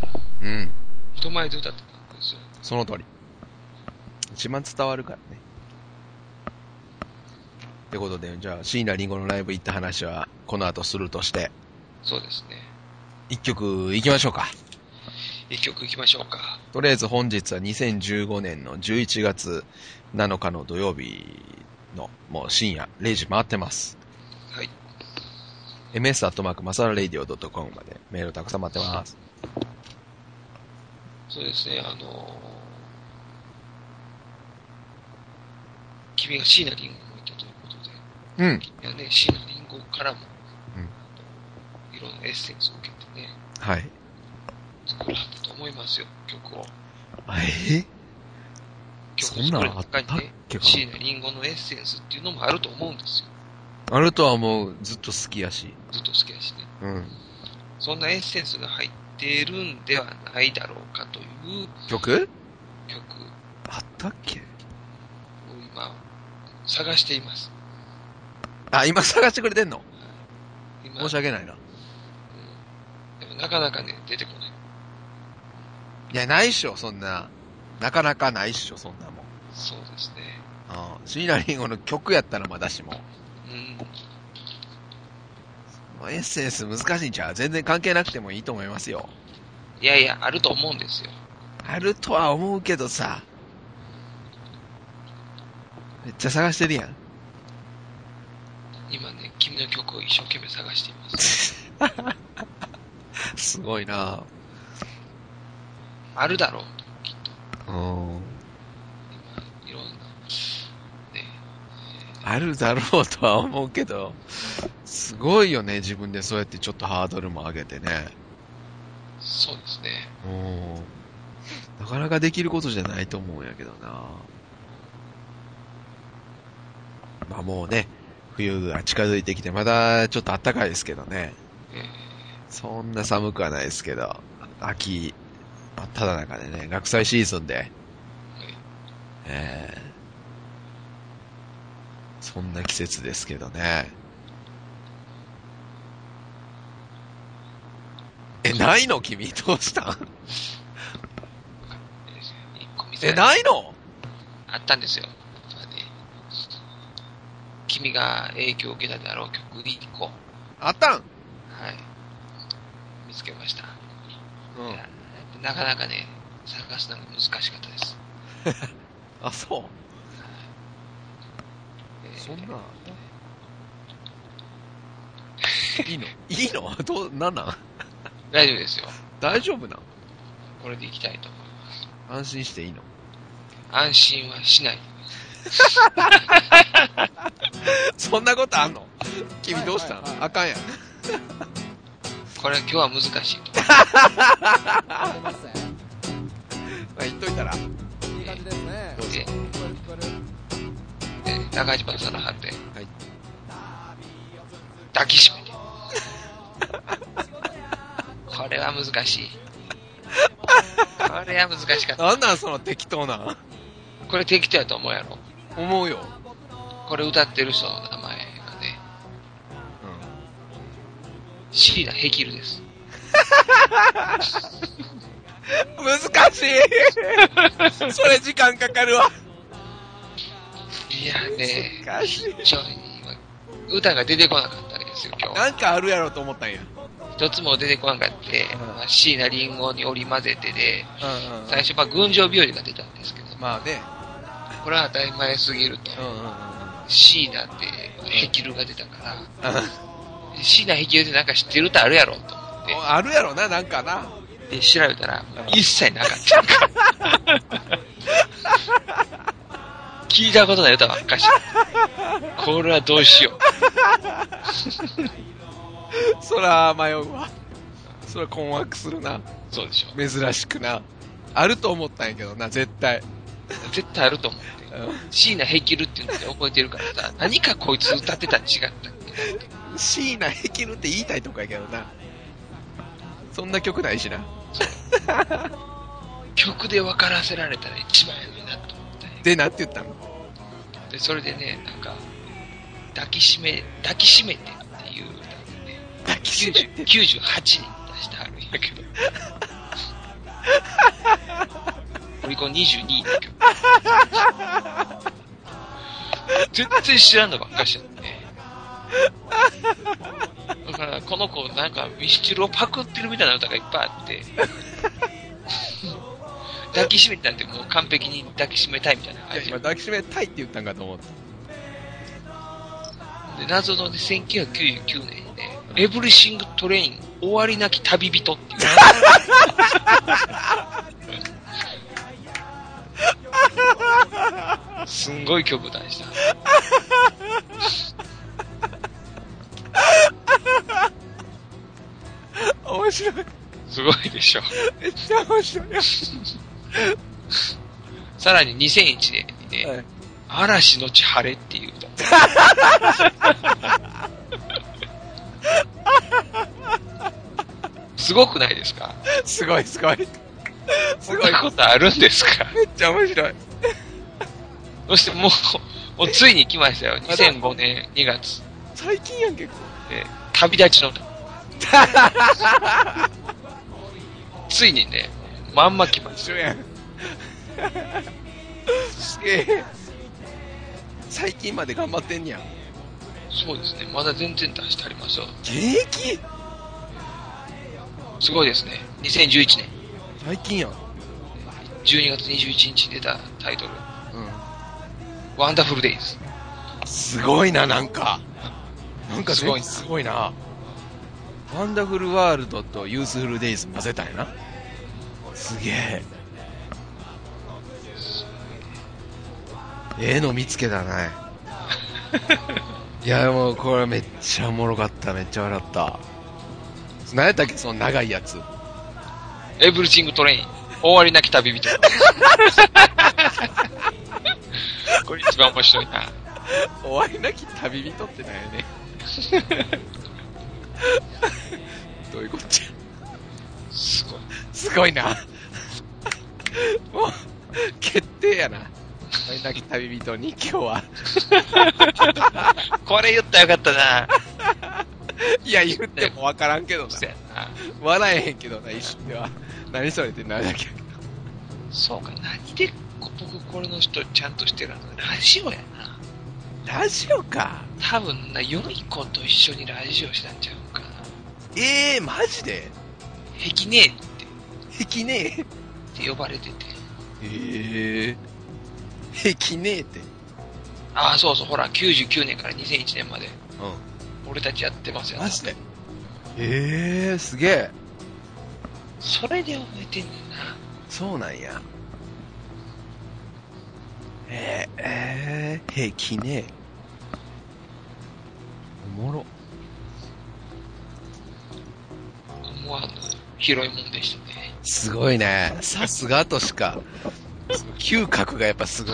Speaker 2: 人前で歌ってたんですよ。
Speaker 1: その通り。一番伝わるからね。ってことで、じゃあ、椎名林檎のライブ行った話は、この後するとして。
Speaker 2: そうですね。
Speaker 1: 一曲行きましょうか。
Speaker 2: 一曲行きましょうか。
Speaker 1: とりあえず本日は2015年の11月7日の土曜日の、もう深夜0時回ってます。
Speaker 2: はい。
Speaker 1: ms@masaradio.com までメールたくさん待ってます。
Speaker 2: そうですね、君が椎名林檎を見たということで。
Speaker 1: うん。
Speaker 2: いやね、椎名林檎からも、いろんなエッセンスを受けてね、
Speaker 1: はい。
Speaker 2: 作らはったと思いますよ、曲を。
Speaker 1: そんなんあったっけかな。
Speaker 2: 椎名林檎のエッセンスっていうのもあると思うんですよ。
Speaker 1: あるとは思う。ずっと好きやし。
Speaker 2: ずっと好きやしね。
Speaker 1: うん。
Speaker 2: そんなエッセンスが入っているんではないだろうかという
Speaker 1: 曲
Speaker 2: 曲
Speaker 1: あったっけ
Speaker 2: を今探しています。
Speaker 1: あ、今探してくれてんの？
Speaker 2: 今
Speaker 1: 申し訳ないな。
Speaker 2: でもなかなかね、出てこない。
Speaker 1: いや、ないっしょ、そんな。なかなかないっしょ、そんなもん。
Speaker 2: そうですね。
Speaker 1: 椎名林檎の曲やったらまだしも。エッセンス難しいんちゃう？全然関係なくてもいいと思いますよ。
Speaker 2: いやいや、あると思うんですよ。
Speaker 1: あるとは思うけどさ。めっちゃ探してるやん。
Speaker 2: 今ね、君の曲を一生懸命探しています。
Speaker 1: すごいな。
Speaker 2: あるだろうと、きっと。
Speaker 1: 今、
Speaker 2: いろんな、ね。
Speaker 1: あるだろうとは思うけど、すごいよね、自分でそうやってちょっとハードルも上げてね。
Speaker 2: そうですね。
Speaker 1: なかなかできることじゃないと思うんやけどな。まあもうね、冬が近づいてきて、まだちょっと暖かいですけどね。そんな寒くはないですけど、秋、ただ中でね、学祭シーズンで、そんな季節ですけどね。ないの君どうしたん？ないの？
Speaker 2: あったんですよ。君が影響を受けたであろう曲1個。
Speaker 1: あったん？はい。
Speaker 2: 見つけました。なかなかね、探すのが難しかったです。
Speaker 1: あ、そう。そんな、いいの？いいの？なんなん？
Speaker 2: 大丈夫ですよ。
Speaker 1: 大丈夫なん？
Speaker 2: これでいきたいと思います。
Speaker 1: 安心していいの？
Speaker 2: 安心はしない。
Speaker 1: そんなことあんの？君どうしたん？あかんやん。
Speaker 2: これ今日は難しいと。
Speaker 1: 言っといたら。い
Speaker 3: い感じですね。
Speaker 2: 中島さんの貼って、
Speaker 1: はい、
Speaker 2: 抱きしめて。これは難しい。これは難しかった。
Speaker 1: なんなんその適当な。
Speaker 2: これ適当やと思うやろ。
Speaker 1: 思うよ。
Speaker 2: これ歌ってる人の名前がね、椎名ヘキルです。
Speaker 1: 難しい。それ時間かかるわ。
Speaker 2: いやね、
Speaker 1: 難しい。
Speaker 2: 歌が出てこなかったんですよ、今日。
Speaker 1: なんかあるやろと思ったんや。
Speaker 2: 一つも出てこなかった。椎名林檎に織り交ぜてで、最初群青日和が出たんですけど。
Speaker 1: まあね。
Speaker 2: これは当たり前すぎると。椎名ってヘキルが出たから、椎名ヘキルってなんか知ってる歌あるやろと思って。
Speaker 1: あるやろな、なんかな。
Speaker 2: で、調べたら、一切なかった。聞いたことない歌ばっかし。これはどうしよう。
Speaker 1: そら迷うわ。そら困惑するな。
Speaker 2: そうでしょ。
Speaker 1: 珍しくな。あると思ったんやけどな、絶対。
Speaker 2: 絶対あると思って。椎名ヘキルっていうので覚えてるからさ、何かこいつ歌ってたん違ったっけ？
Speaker 1: 椎名ヘキルって言いたいとこやけどな。そんな曲ないしな。
Speaker 2: 曲で分からせられたら一番やのになと思ったね。
Speaker 1: で、なんて言ったの？
Speaker 2: で、それでね、なんか、抱きしめてっていう歌でね、98人出してあるんやけど。オリコン22位だけど。全然知らんのばっかしちゃってね。だから、この子なんかミスチルをパクってるみたいな歌がいっぱいあって、抱きしめてなんてもう完璧に抱きしめたいみたいな感じ。
Speaker 1: 今抱きしめたいって言ったんかと思った。
Speaker 2: で、謎のね、1999年にね、エブリシングトレイン終わりなき旅人っていう。すんごい曲出した。
Speaker 1: 面白い。
Speaker 2: すごいでしょ。
Speaker 1: めっちゃ面白い。
Speaker 2: さらに2001年にね、はい、嵐のち晴れっていう歌。すごくないですか？
Speaker 1: すごいすごい。
Speaker 2: そんなことあるんですか？
Speaker 1: めっちゃ面白い。
Speaker 2: そしてもうついに来ましたよ。2005年2月。
Speaker 1: 最近やん結構。
Speaker 2: 旅立ちの歌。ついにね、まんま来ましたよ。
Speaker 1: すげえ。最近まで頑張ってんやん。
Speaker 2: そうですね。まだ全然出してありますよ。
Speaker 1: 現役？
Speaker 2: すごいですね。2011年。
Speaker 1: 最近やん。
Speaker 2: 12月21日に出たタイトル。ワンダフルデイズ。
Speaker 1: すごいな、なんかすごいな。ワンダフルワールドとユースフルデイズ混ぜたんやな。すげえ。の見つけたね。いや、もうこれめっちゃおもろかった。めっちゃ笑った。何やったっけ、その長いやつ。
Speaker 2: エブリシングトレイン。終わりなき旅人。これ一番面白いな。
Speaker 1: 終わりなき旅人ってなんやね。どういうこっちゃ。すごいな。もう決定やな。終わりなき旅人に今日は。
Speaker 2: これ言ったらよかったな。
Speaker 1: いや、言ってもわからんけどな。笑えへんけどな、一瞬では。何それってなるだけ。
Speaker 2: そうか、何で僕これの人ちゃんとしてるの？ラジオやな。
Speaker 1: ラジオか。
Speaker 2: 多分な、良い子と一緒にラジオしたんちゃうかな。
Speaker 1: マジで？
Speaker 2: ヘキネーって。
Speaker 1: ヘキネー
Speaker 2: って呼ばれてて。
Speaker 1: ヘキネーって。
Speaker 2: ああ、そうそう、ほら、99年から2001年まで。俺たちやってますよ。
Speaker 1: マジで？すげえ。
Speaker 2: それで覚えてんねんな。
Speaker 1: そうなんや。平気ね。おもろ。
Speaker 2: 思わぬ広いもんでしたね。
Speaker 1: すごいね。さすがとしか。嗅覚がやっぱすごい。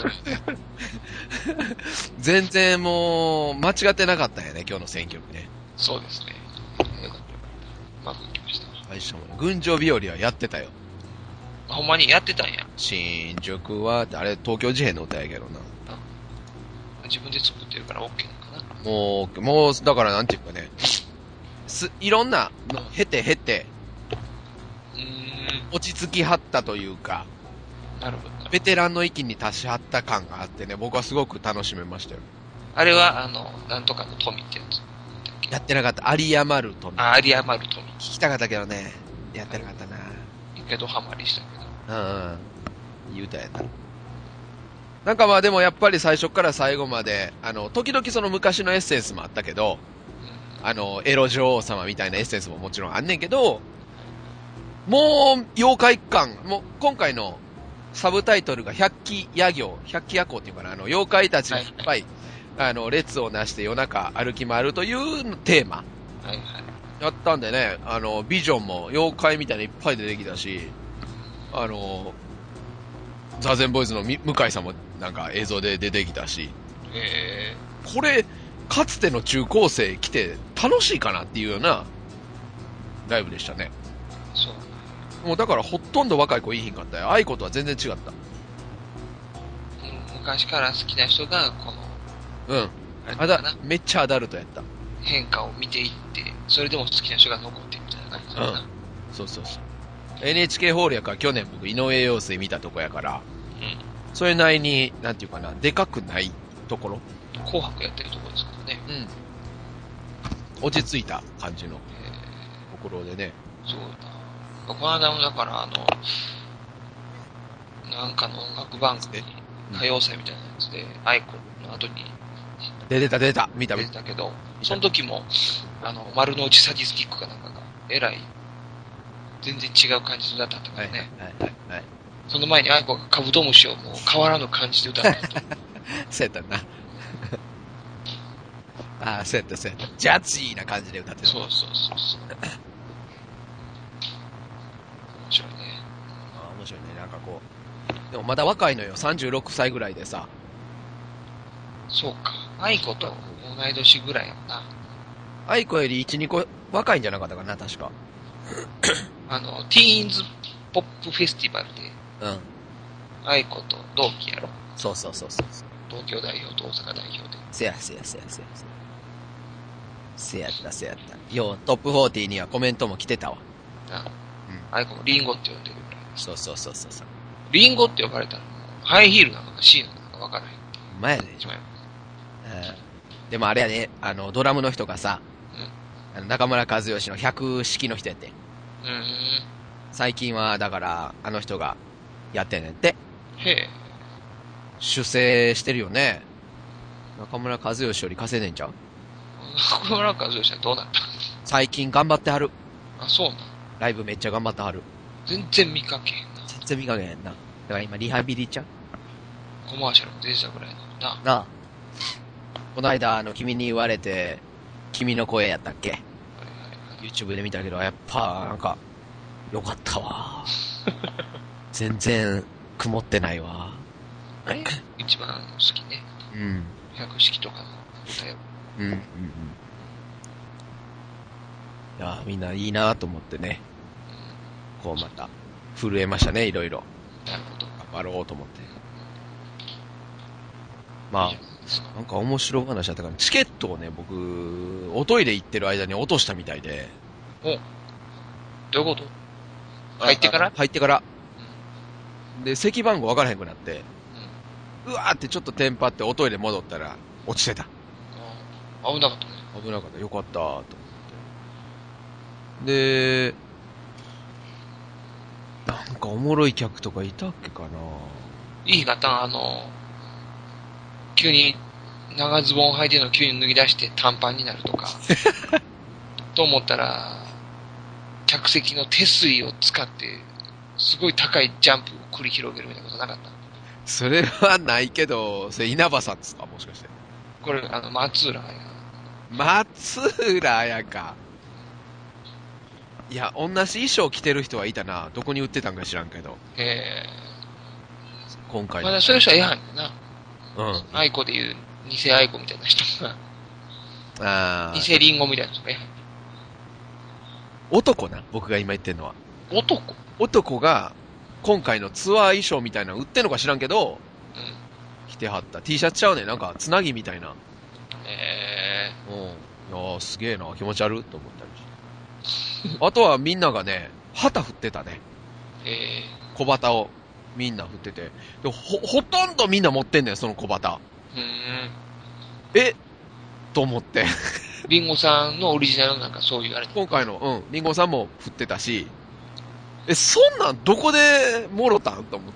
Speaker 1: 全然もう、間違ってなかったんやね、今日の選曲ね。
Speaker 2: そうですね。よかった。うまくいきました。
Speaker 1: 最初も群青日和はやってたよ。
Speaker 2: ほんまにやってたんや。
Speaker 1: 新宿はって、あれ東京事変の歌やけどな。
Speaker 2: 自分で作ってるから OK なのかな。
Speaker 1: もう、だからなんていうかね、いろんなの経て、落ち着きはったというか、
Speaker 2: なるほど。
Speaker 1: ベテランの域に達しはった感があってね、僕はすごく楽しめましたよ。
Speaker 2: あれは、なんとかの富ってやつ。
Speaker 1: やってなかった。有り余る富。
Speaker 2: 有り余る富。
Speaker 1: 聞きたかったけどね、やってなかったな。
Speaker 2: 一回ドハマりしたけど。
Speaker 1: いい歌やな。なんかまあでもやっぱり最初から最後まで、時々その昔のエッセンスもあったけど、エロ女王様みたいなエッセンスももちろんあんねんけど、もう、妖怪感、もう今回のサブタイトルが百鬼夜行っていうかな、妖怪たちがいっぱい、列をなして夜中歩き回るというテーマ。
Speaker 2: はいはい。
Speaker 1: やったんでね、ビジョンも妖怪みたいないっぱい出てきたし、ザーゼンボーイズの向井さんもなんか映像で出てきたし、これ、かつての中高生来て楽しいかなっていうようなライブでしたね。
Speaker 2: そう。
Speaker 1: もうだからほとんど若い子いいひんかったよ。愛子とは全然違った。
Speaker 2: 昔から好きな人が、
Speaker 1: めっちゃアダルトやった。
Speaker 2: 変化を見ていって、それでも好きな人が残ってみたいな感じだな。
Speaker 1: そう。NHK ホールやから去年僕井上陽水見たとこやから、それなりに、なんていうかな、でかくないところ。
Speaker 2: 紅白やってるところですからね。
Speaker 1: 落ち着いた感じのところでね。
Speaker 2: そうだ。この間もだからなんかの音楽番組、歌謡祭みたいなやつで、愛子の後に
Speaker 1: 出た、見た
Speaker 2: けど、その時も、丸の内サディスティックかなんかが、全然違う感じで歌ったからね。
Speaker 1: はい。
Speaker 2: その前に愛子がカブトムシをもう変わらぬ感じで歌ったと。
Speaker 1: そうやったな。そうやった。ジャッジーな感じで歌ってた。
Speaker 2: そう。 白いね。
Speaker 1: ああ、面白いね。なんかこう。でもまだ若いのよ。36歳ぐらいでさ。
Speaker 2: そうか。愛子と同い年ぐらいやな。
Speaker 1: 愛子より1、2個若いんじゃなかったかな、確か。
Speaker 2: ティーンズポップフェスティバルで、
Speaker 1: うん。
Speaker 2: 愛子と同期やろ。
Speaker 1: そうそうそうそう。
Speaker 2: 東京代表と大阪代表で。
Speaker 1: せや。せやった。よう、トップ40にはコメントも来てたわ。
Speaker 2: な、愛子もリンゴって呼んでるぐらい。
Speaker 1: そう。
Speaker 2: リンゴって呼ばれたら、ハイヒールなのか C なのかわからへん。
Speaker 1: 前で。でもあれやね、ドラムの人がさ、中村和義の百式の人やって。最近は、だから、あの人がやってんねんって。
Speaker 2: へえ。
Speaker 1: 主制してるよね。中村和義より稼いでんじゃん。
Speaker 2: 中村和義はどうなった？
Speaker 1: 最近頑張ってはる。
Speaker 2: あ、そうなん。
Speaker 1: ライブめっちゃ頑張ってはる。
Speaker 2: 全然見かけへんな。
Speaker 1: 全然見かけへんな。だから今リハビリちゃう？
Speaker 2: コマーシャルも出てたぐらいな。
Speaker 1: なあ。この間、君に言われて、君の声やったっけ？ YouTube で見たけど、やっぱ、なんか、よかったわ。全然、曇ってないわ。
Speaker 2: あれ一番好きね。
Speaker 1: うん。
Speaker 2: 百式とかの歌よ。
Speaker 1: いや、みんないいなと思ってね。こうまた、震えましたね、いろいろ。
Speaker 2: なるほど。
Speaker 1: 頑張ろうと思って。まあ、なんか面白い話だったから、チケットをね、僕、おトイレ行ってる間に落としたみたいで。
Speaker 2: どういうこと？入ってから？
Speaker 1: 入ってから。で、席番号分からへんくなって、うわーってちょっとテンパっておトイレ戻ったら、落ちてた。
Speaker 2: 危なかったね。
Speaker 1: 危なかった。よかったと思って。で、なんかおもろい客とかいたっけかな。
Speaker 2: いい方、急に長ズボン履いてるの急に脱ぎ出して短パンになるとか。と思ったら、客席の手水を使って、すごい高いジャンプを繰り広げるみたいなことなかった？
Speaker 1: それはないけど、それ稲葉さんですか、もしかして。
Speaker 2: これ、松浦や。
Speaker 1: 松浦やか。いや、同じ衣装着てる人はいたな。どこに売ってたんか知らんけど。今回。
Speaker 2: まだそういう人はいはんねんな。
Speaker 1: うん。
Speaker 2: 愛子でいう、偽愛子みたいな人が。偽リンゴみたいな人がいはん。
Speaker 1: 男な、僕が今言ってんのは。
Speaker 2: 男
Speaker 1: が、今回のツアー衣装みたいなの売ってんのか知らんけど、着てはった。T シャツちゃうねん。なんか、つなぎみたいな。いやー、すげえな。気持ち悪いと思ったりして。あとはみんながね、旗振ってたね。小旗をみんな振ってて。でほとんどみんな持ってんねん、その小旗。と思って。
Speaker 2: リンゴさんのオリジナルなんかそういうあれ。
Speaker 1: 今回の、リンゴさんも振ってたし、そんなんどこでもろたんと思って。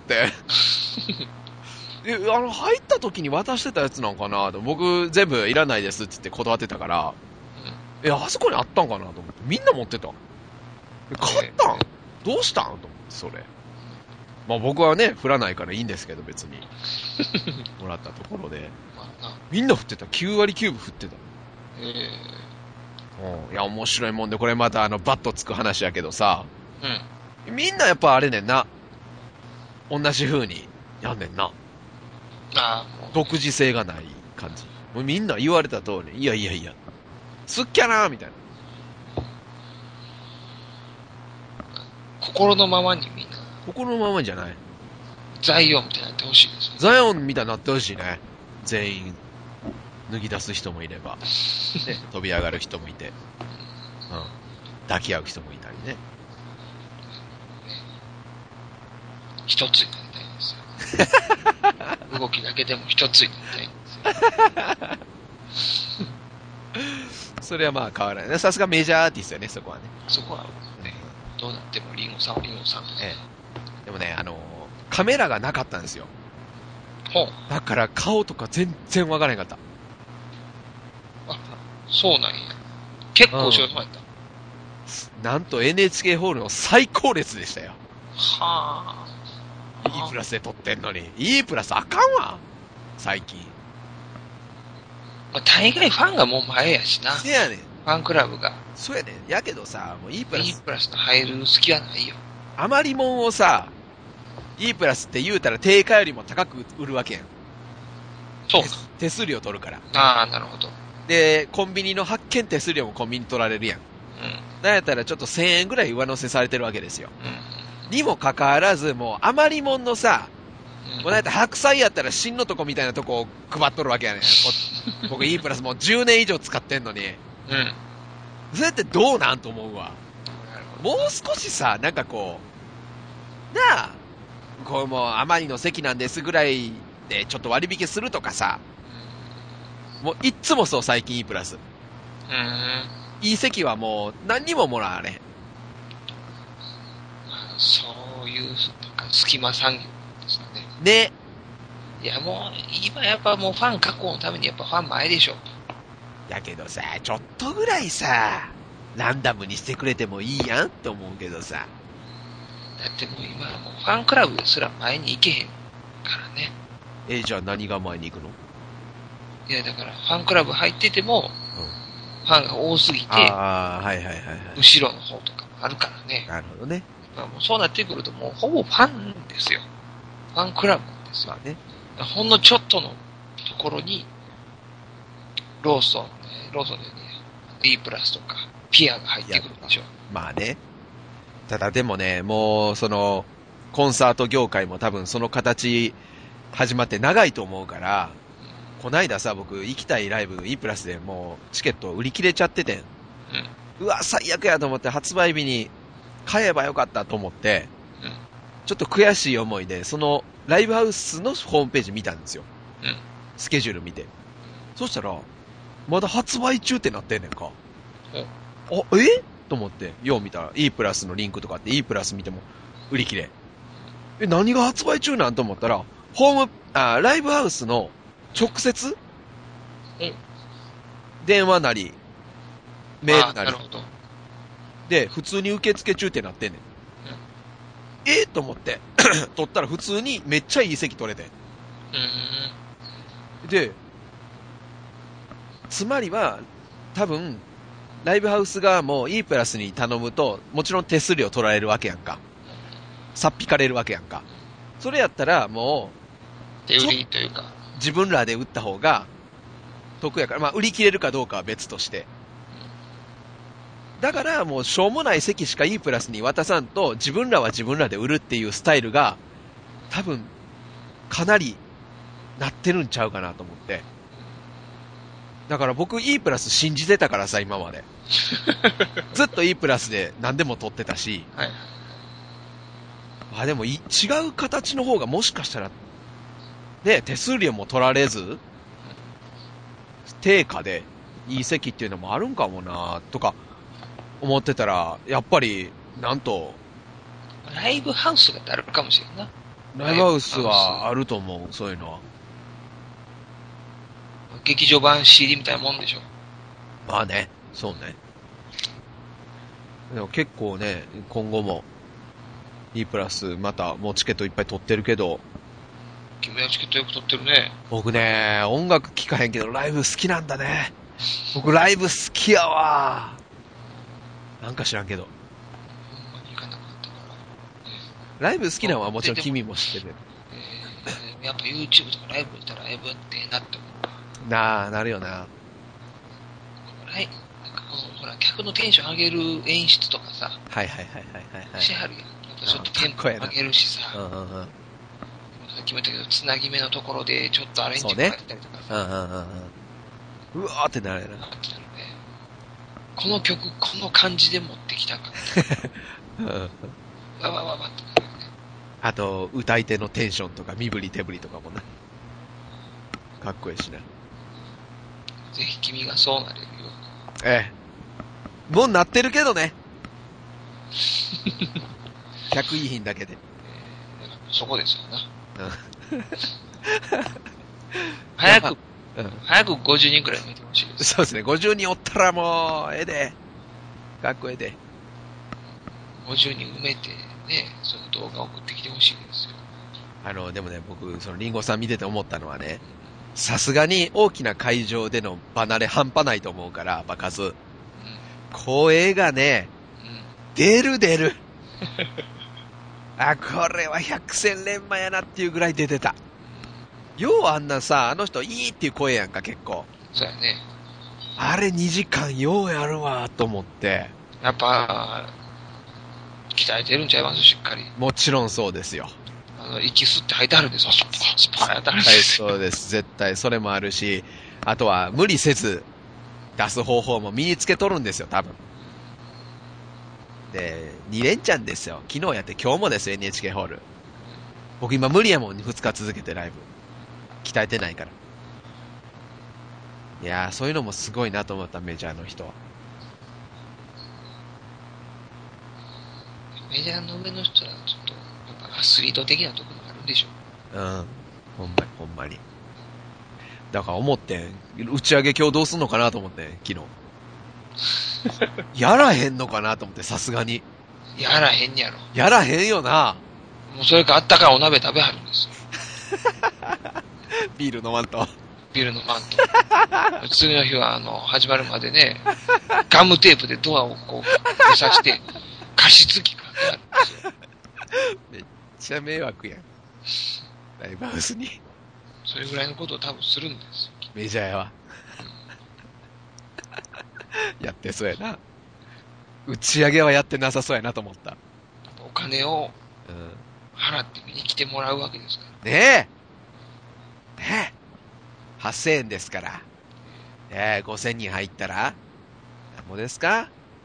Speaker 1: 入った時に渡してたやつなんかなと。僕全部いらないですって言って断ってたから、あそこにあったんかなと思って。みんな持ってた。買ったん？どうしたんと思って、それ。まあ僕はね、振らないからいいんですけど、別に。もらったところで。みんな振ってた。9割9分振ってた。いや、面白いもんで、これまたバットつく話やけどさ、みんなやっぱあれねんな。同じ風にやんねんな。独自性がない感じ。もうみんな言われた通り、いや、すっきゃなーみたいな。
Speaker 2: 心のままにみんな。
Speaker 1: 心のままじゃない。
Speaker 2: ザイオンみたいになってほしいですよね。
Speaker 1: ザイオンみたいになってほしいね。全員、脱ぎ出す人もいれば、ね、飛び上がる人もいて、抱き合う人もいたりね。
Speaker 2: 一つになりたいんですよ。動きだけでも一つになりたいんですよ。
Speaker 1: それはまあ変わらないね。さすがメジャーアーティストよね、そこはね。
Speaker 2: そこはね、どうなってもリンゴさんはリンゴさん。
Speaker 1: でもね、カメラがなかったんですよ。だから顔とか全然わからへんかった。
Speaker 2: そうなんや。結構後ろの方やった。
Speaker 1: なんと NHK ホールの最高列でしたよ。
Speaker 2: は
Speaker 1: ぁ。E プラスで撮ってんのに。E プラスあかんわ。最近。
Speaker 2: 大概ファンがもう前やしな。
Speaker 1: せやねん。
Speaker 2: ファンクラブが。
Speaker 1: そうやねん。やけどさ、もう E プラス。
Speaker 2: E プラスの入る隙はないよ。
Speaker 1: 余りもんをさ、E プラスって言うたら定価よりも高く売るわけやん。
Speaker 2: そうか。
Speaker 1: 手数料取るから。
Speaker 2: ああ、なるほど。
Speaker 1: で、コンビニの発券手数料もコンビニ取られるやん。なんやったらちょっと1000円ぐらい上乗せされてるわけですよ。にもかかわらず、もう余りもんのさ、もうなんやったら白菜やったら芯のとこみたいなとこを配っとるわけやねん。僕 E プラスもう10年以上使ってんのに。それってどうなんと思うわ。もう少しさ、なんかこう、なあ、こうもう余りの席なんですぐらいでちょっと割引するとかさ、もういっつもそう最近 E プラス。いい席はもう何にももらわれん。
Speaker 2: そういう、なんか隙間産業ですよね。
Speaker 1: ね。
Speaker 2: いやもう、今やっぱもうファン確保のためにやっぱファン前でしょ。
Speaker 1: だけどさ、ちょっとぐらいさ、ランダムにしてくれてもいいやんって思うけどさ。
Speaker 2: だってもう今はもうファンクラブですら前に行けへんからね。
Speaker 1: じゃあ何が前に行くの？
Speaker 2: いやだからファンクラブ入ってても、ファンが多すぎて、後ろの方とかもあるからね。
Speaker 1: なるほどね。
Speaker 2: まあ、もうそうなってくるともうほぼファンですよ。ファンクラブですよ。
Speaker 1: まあね。
Speaker 2: ほんのちょっとのところに、ローソンでね、E プラスとか、ピアが入ってくるでしょ。
Speaker 1: まあね。ただでもね、もうその、コンサート業界も多分その形始まって長いと思うから、こないださ、僕行きたいライブ E プラスでもうチケット売り切れちゃっててん。うわ、最悪やと思って発売日に買えばよかったと思って、ちょっと悔しい思いで、そのライブハウスのホームページ見たんですよ。スケジュール見て。そしたら、まだ発売中ってなってんねんか。と思って、よう見たら E プラスのリンクとかあって E プラス見ても売り切れ。何が発売中なんと思ったら、ライブハウスの直接電話なり、メールなり。で、普通に受付中ってなってんねん。と思って、取ったら普通にめっちゃいい席取れて。で、つまりは、多分、ライブハウス側も E プラスに頼むと、もちろん手数料取られるわけやんか。さっぴかれるわけやんか。それやったら、も
Speaker 2: う、手売りというか。
Speaker 1: 自分らで売った方が、得やから、まあ、売り切れるかどうかは別として。だから、もう、しょうもない席しか E プラスに渡さんと、自分らは自分らで売るっていうスタイルが、多分、かなり、なってるんちゃうかなと思って。だから僕 E プラス信じてたからさ、今まで。ずっと E プラスで何でも取ってたし。でも違う形の方がもしかしたら、ね、手数料も取られず、定価でいい席っていうのもあるんかもなとか思ってたら、やっぱり、なんと。
Speaker 2: ライブハウスがあるかもしれんな。
Speaker 1: ライブハウスはあると思う、そういうのは。
Speaker 2: 劇場版 CD みたいなもんでしょ。
Speaker 1: まあね、そうね。でも結構ね、今後も E プラスまたもうチケットいっぱい取ってるけど。
Speaker 2: 君はチケットよく取ってるね。
Speaker 1: 僕ね、音楽聴かへんけどライブ好きなんだね。僕ライブ好きやわ。なんか知らんけど。
Speaker 2: ほんまに行かなかったから。
Speaker 1: ライブ好きなのはもちろん君も知ってる。
Speaker 2: やっぱ YouTube とかライブ見たらライブってええなって思う。
Speaker 1: なるよな。
Speaker 2: なんかほら、客のテンション上げる演出とかさ。してはるやん。やっぱちょっとテンポ上げるしさ。さっきも言ったけど、つなぎ目のところでちょっとアレンジ加えたりとかさ。
Speaker 1: うわーってなるやな。
Speaker 2: この曲、この感じで持ってきたかみたいな。わって。
Speaker 1: あと、歌い手のテンションとか、身振り手振りとかもな。かっこいいしな。
Speaker 2: ぜひ君がそうなれるよ。
Speaker 1: もうなってるけどね。客いい品だけで。
Speaker 2: そこですよな。早く50人くらい見てほしいです。
Speaker 1: そうですね。50人おったらもう、かっこええで。
Speaker 2: 50人埋めて、ね、その動画送ってきてほしいですよ。
Speaker 1: でもね、僕、そのリンゴさん見てて思ったのはね、さすがに大きな会場での離れ半端ないと思うから、場数。声がね、出る。 あ、これは百戦錬磨やなっていうぐらい出てた。ようあんなさ、あの人いいっていう声やんか、結構。
Speaker 2: そうやね。
Speaker 1: あれ2時間ようやるわ、と思って。
Speaker 2: やっぱ、鍛えてるんちゃいますしっかり。
Speaker 1: もちろんそうですよ。
Speaker 2: 息吸って吐いてあるんですよ。スパー、スパーやってあるんで
Speaker 1: すよ。はい、そうです。絶対、それもあるし、あとは無理せず出す方法も身につけとるんですよ、多分。で、2連チャンですよ。昨日やって今日もですよ、NHK ホール。僕今無理やもん、2日続けてライブ。鍛えてないから。いやー、そういうのもすごいなと思った、メジャーの人は。
Speaker 2: メジャーの上の人はちょっと、やっぱアスリート的なところがあるんでしょ。
Speaker 1: うん。ほんまに、ほんまに。だから思って、打ち上げ今日どうすんのかなと思って、昨日。やらへんのかなと思って、さすがに。
Speaker 2: やらへんやろ。
Speaker 1: やらへんよな。
Speaker 2: もうそれかあったかいお鍋食べはるんですよ。
Speaker 1: ビール飲まんと。
Speaker 2: ビールのマント。次の日は、始まるまでね、ガムテープでドアをこう、封鎖して、加湿器かけあるんですよ。
Speaker 1: めっちゃ迷惑やん。ライブハウスに。
Speaker 2: それぐらいのことを多分するんですよ。
Speaker 1: メジャーやわ。やってそうやな。打ち上げはやってなさそうやなと思った。
Speaker 2: お金を払って見に来てもらうわけですから。
Speaker 1: ねえ。ねえ。8000円ですから。5000人入ったらなんぼですか？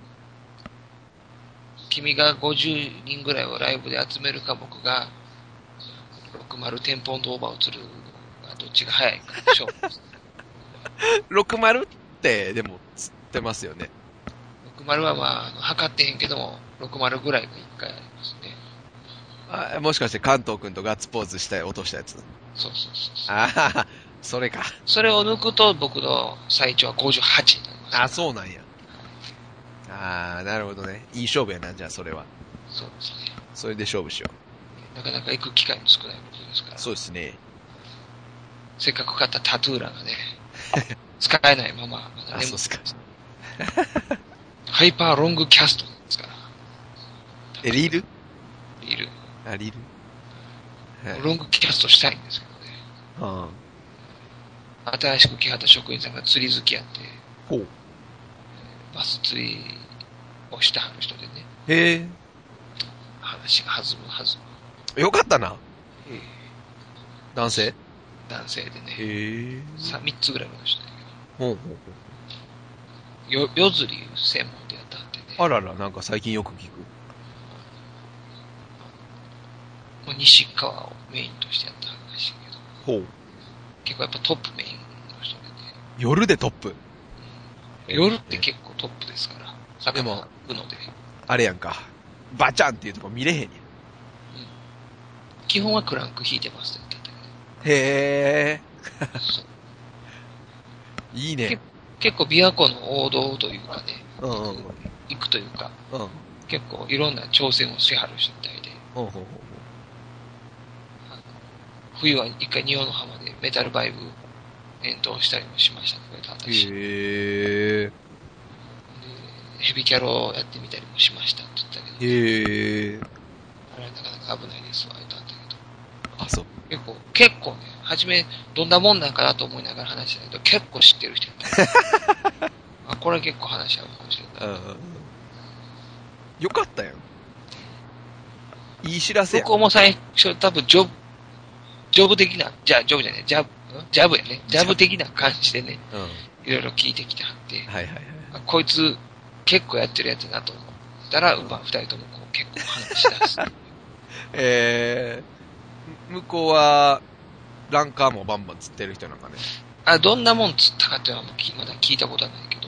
Speaker 2: 君が50人ぐらいをライブで集めるか、僕が60テンポンとオーバーを釣るがどっちが早いかでしょう。
Speaker 1: 60ってでも釣ってますよね。
Speaker 2: 60はまあ、測ってへんけども、60ぐらいが1回ありますね。
Speaker 1: あ、もしかして関東くんとガッツポーズして落としたやつ？
Speaker 2: そうそうそうそう。
Speaker 1: ああ、それか。
Speaker 2: それを抜くと僕の最長は58になります。
Speaker 1: あ、そうなんや。ああ、なるほどね。いい勝負やな、じゃあそれは。
Speaker 2: そうですね。
Speaker 1: それで勝負しよ
Speaker 2: なかなか行く機会も少ないことですか
Speaker 1: う。
Speaker 2: ら。
Speaker 1: そうですね。
Speaker 2: せっかく買ったタトゥーラがね、使えないまま、まだ
Speaker 1: あ、そうっすか。
Speaker 2: ハイパーロングキャストですから。
Speaker 1: リール？
Speaker 2: リール。
Speaker 1: あ、リール、はい、
Speaker 2: ロングキャストしたいんですけどね。新しく来はった職員さんが釣り好きやって、
Speaker 1: ほう。
Speaker 2: バス釣りをしてはる人でね。
Speaker 1: へえ。
Speaker 2: 話が弾むはず。
Speaker 1: よかったな。男性
Speaker 2: でね。
Speaker 1: へえ。
Speaker 2: 3つぐらいの人だけ
Speaker 1: ほうほう
Speaker 2: ど。夜釣り専門でやったってね。
Speaker 1: あらら、なんか最近よく聞く。
Speaker 2: 西川をメインとしてやった話だけど。
Speaker 1: ほう。
Speaker 2: 結構やっぱトップメインの人でね。
Speaker 1: 夜でトップ？
Speaker 2: 夜って結構トップですから。魚がうので。
Speaker 1: あれやんか。バチャンっていうとこ見れへんやん。
Speaker 2: 基本はクランク引いてますって言ってた
Speaker 1: けど。へ
Speaker 2: ー。そう。
Speaker 1: いいね。
Speaker 2: 結構琵琶湖の王道というかね。行くというか。結構いろんな挑戦をしはる人みたいで。冬は一回仁王の浜でメタルバイブ演奏したりもしましたって言ったし。
Speaker 1: へー。
Speaker 2: ヘビキャロをやってみたりもしましたって言ったけど、ね。
Speaker 1: へー。
Speaker 2: あれはなかなか危ないですわ、言ったんだけど。
Speaker 1: あ、そう。
Speaker 2: 結構ね、初めどんなもんなんかなと思いながら話したけど、結構知ってる人いた。あ、これ結構話し合うかもしれない。
Speaker 1: よかったよ。いい知らせや。
Speaker 2: 僕も最初多分ジョブ的な、ジャブじゃね、ジャブやね。ジャブ的な感じでね、いろいろ聞いてきてはって、こいつ結構やってるやつだと思ったら、二人ともこう結構話し出す。
Speaker 1: 向こうは、ランカーもバンバン釣ってる人なんかね。
Speaker 2: あ、どんなもん釣ったかっていうのはまだ聞いたことはないけど。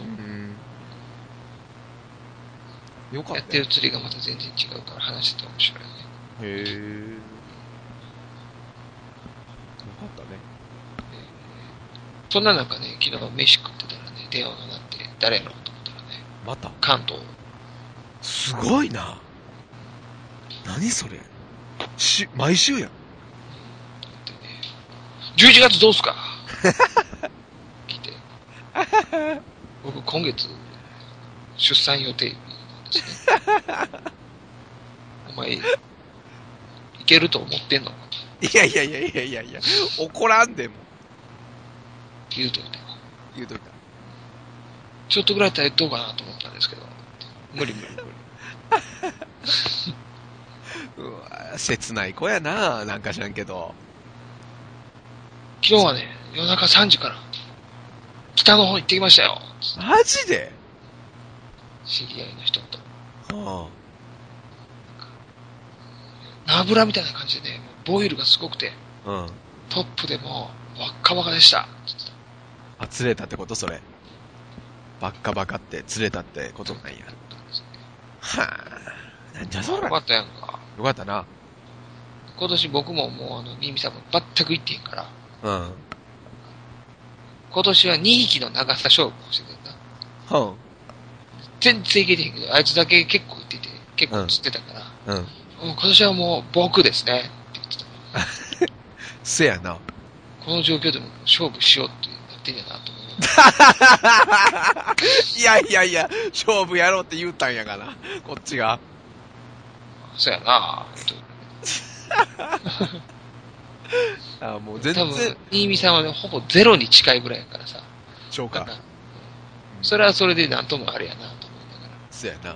Speaker 1: よかった。
Speaker 2: やってる釣りがまた全然違うから話してて面白いね。
Speaker 1: へー。よかったね。
Speaker 2: そんな中ね、昨日飯食ってたらね、電話が鳴って、誰やろうと思ったらね。
Speaker 1: また
Speaker 2: 関東。す
Speaker 1: ごいな。何それ。毎週やん。
Speaker 2: でね、11月どうすか来て。僕今月、出産予定日なんですね。お前、 けると思ってんの？
Speaker 1: いや、怒らんでも。
Speaker 2: 言うといて。
Speaker 1: 言うといた。
Speaker 2: ちょっとぐらい耐えとうかなと思ったんですけど。無理。
Speaker 1: うわ、切ない子やな、なんか知らんけど。
Speaker 2: 昨日はね、夜中3時から、北の方行ってきましたよ。
Speaker 1: マジで？
Speaker 2: 知り合いの人と。
Speaker 1: は
Speaker 2: ナブラみたいな感じでね、ボイルがすごくて、
Speaker 1: あ。うん。
Speaker 2: トップでも、バッカバカでした。
Speaker 1: あ、釣れたってことそれ。バッカバカって釣れたってことなんや。はあ。なんじゃそら。
Speaker 2: よかったやんか。
Speaker 1: よかったな。
Speaker 2: 今年僕ももう新見さんも全く行ってへんから、
Speaker 1: うん。
Speaker 2: 今年は2匹の長さ勝負をしてくれた。
Speaker 1: は
Speaker 2: 全然行けてへんけど、あいつだけ結構行ってて、結構釣ってたから、
Speaker 1: うん。
Speaker 2: 今年はもう僕ですねって言ってた。
Speaker 1: せやな。
Speaker 2: この状況でも勝負しようってなってんやなと思う。
Speaker 1: いや、勝負やろうって言うたんやから、こっちが。
Speaker 2: そうやな
Speaker 1: あ、もう全然。
Speaker 2: 多分、新見さんはね、ほぼゼロに近いぐらいやからさ。
Speaker 1: そうか。
Speaker 2: それはそれでなんともあれやなと思いながら。
Speaker 1: そうやな。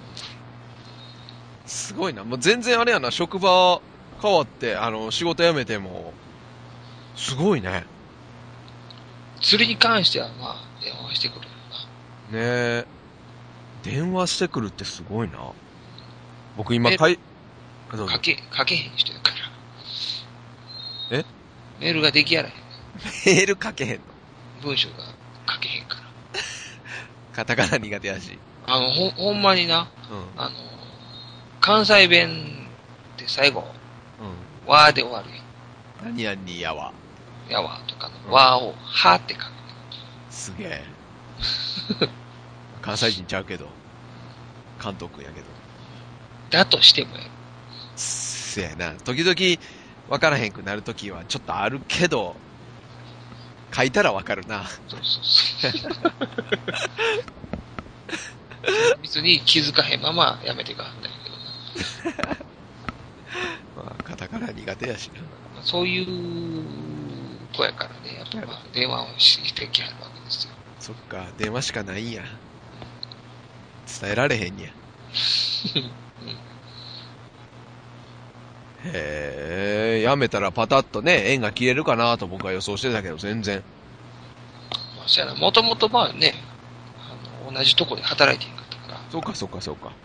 Speaker 1: すごいな。もう全然あれやな、職場変わって、仕事辞めても、すごいね。
Speaker 2: 釣りに関しては、まあ、電話してくるよ
Speaker 1: な。ねえ。電話してくるってすごいな。僕今、
Speaker 2: かけへん人やから。
Speaker 1: え？
Speaker 2: メールができやらへん。
Speaker 1: メール書けへんの？
Speaker 2: 文章が書けへんから。
Speaker 1: カタカナ苦手やし。
Speaker 2: ほんまにな、
Speaker 1: うん、
Speaker 2: 関西弁って最後、
Speaker 1: うん、
Speaker 2: わーで終わるやん。
Speaker 1: 何々やわ。
Speaker 2: やわとかの、わーを、はーって書く。
Speaker 1: すげえ。関西人ちゃうけど。関東区やけど。
Speaker 2: だとしてもやる。
Speaker 1: せやな。時々、わからへんくなるときはちょっとあるけど、書いたらわかるな。
Speaker 2: そう。別に気づかへんままやめてかはったんやけどな。
Speaker 1: まあ、カタカナ苦手やしな。
Speaker 2: そういう子やからね、やっぱまあ電話をしてきはるわけですよ。
Speaker 1: そっか、電話しかないんや。伝えられへんや。へえ、やめたらパタッとね、縁が切れるかなと僕は予想してたけど、全然。
Speaker 2: まあ、そうやな、もともとまあね、同じとこで働いてへんかったから。
Speaker 1: そうか。そっか。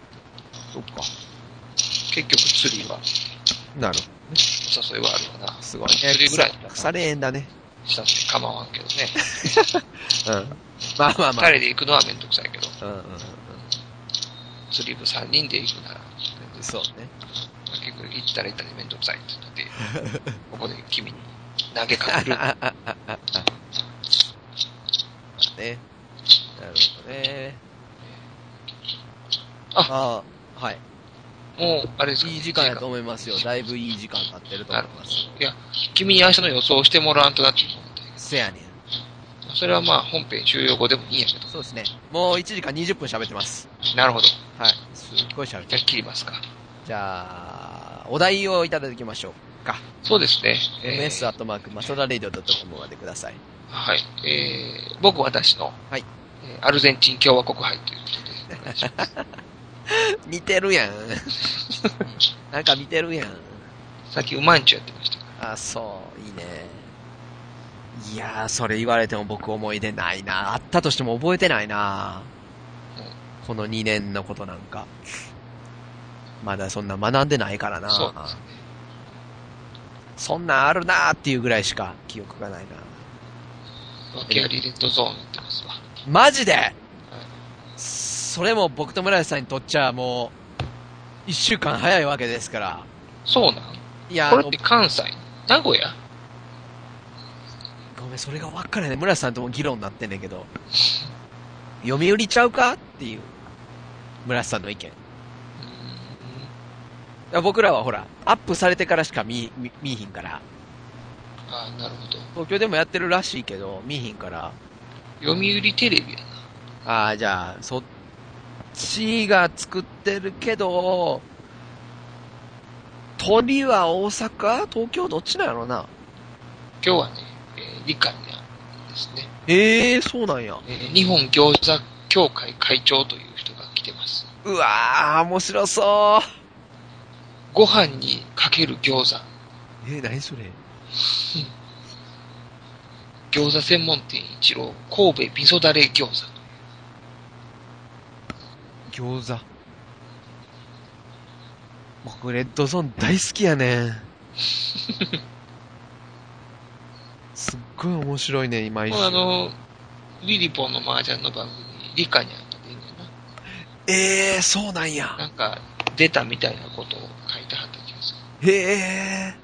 Speaker 2: 結局釣りは、
Speaker 1: なる
Speaker 2: お誘いはあるわな。
Speaker 1: すごいね。
Speaker 2: 釣りぐらい
Speaker 1: 腐れ縁だね。
Speaker 2: したって構わんけどね。
Speaker 1: うん。まあ。
Speaker 2: 二人で行くのはめんどくさいけど。
Speaker 1: うん。
Speaker 2: 釣り部3人で行くなら。
Speaker 1: そうね。
Speaker 2: 結局行ったらめんどくさいって言って、ここで君に投げかける。
Speaker 1: ね。なるほどね。
Speaker 2: あ、
Speaker 1: はい。
Speaker 2: もう、あれですか、
Speaker 1: いい時間やと思いますよ。だいぶいい時間経ってると思います。
Speaker 2: いや、君に明日の予想をしてもらわんとなって思ったんやけど。
Speaker 1: せやねん。
Speaker 2: それはまあ本編終了後でもいいんやけど。
Speaker 1: そうですね。もう1時間20分喋ってます。
Speaker 2: なるほど。
Speaker 1: はい。すっごい喋って
Speaker 2: じゃあ切りますか。
Speaker 1: じゃあ、お題をいただきましょうか。
Speaker 2: そうですね。
Speaker 1: ms@ マソラレディオ .com までください。
Speaker 2: はい。僕私の、
Speaker 1: はい。
Speaker 2: アルゼンチン共和国杯ということでお願いします。
Speaker 1: 似てるやん。なんか見てるやん。
Speaker 2: さっきウマンチュやってました。
Speaker 1: あ、そう、いいね。いやー、それ言われても僕思い出ないな。あったとしても覚えてないな。この2年のことなんか。まだそんな学んでないからな。
Speaker 2: そうですね。
Speaker 1: そんなんあるなーっていうぐらいしか記憶がないな。
Speaker 2: 訳ありレッドゾーンやってますわ。
Speaker 1: マジで、それも僕と村井さんにとっちゃもう、1週間早いわけですから。
Speaker 2: そうなん？
Speaker 1: いや、
Speaker 2: これって関西？名古屋？
Speaker 1: ごめん、それが分からない。村井さんとも議論になってんねんけど。読売ちゃうかっていう、村井さんの意見。僕らはほら、アップされてからしか見いひんから。
Speaker 2: ああ、なるほど。
Speaker 1: 東京でもやってるらしいけど、見いひんから。
Speaker 2: 読売テレビやな。
Speaker 1: ああ、じゃあ、そっちが作ってるけど、 鳥は大阪東京どっちなんやろな。
Speaker 2: 今日はね、リカニャですね。
Speaker 1: そうなんや。
Speaker 2: 日本餃子協会会長という人が来てます。
Speaker 1: うわー、面白そう。
Speaker 2: ご飯にかける餃子。
Speaker 1: 何それ。
Speaker 2: 餃子専門店一郎、神戸味噌だれ餃子。
Speaker 1: 餃子。僕、レッドゾーン大好きやねん。すっごい面白いね、今一瞬。
Speaker 2: リリポンの麻雀の番組にリカニャンが出んねんな。
Speaker 1: そうなんや。
Speaker 2: なんか、出たみたいなことを書いてはった気がする。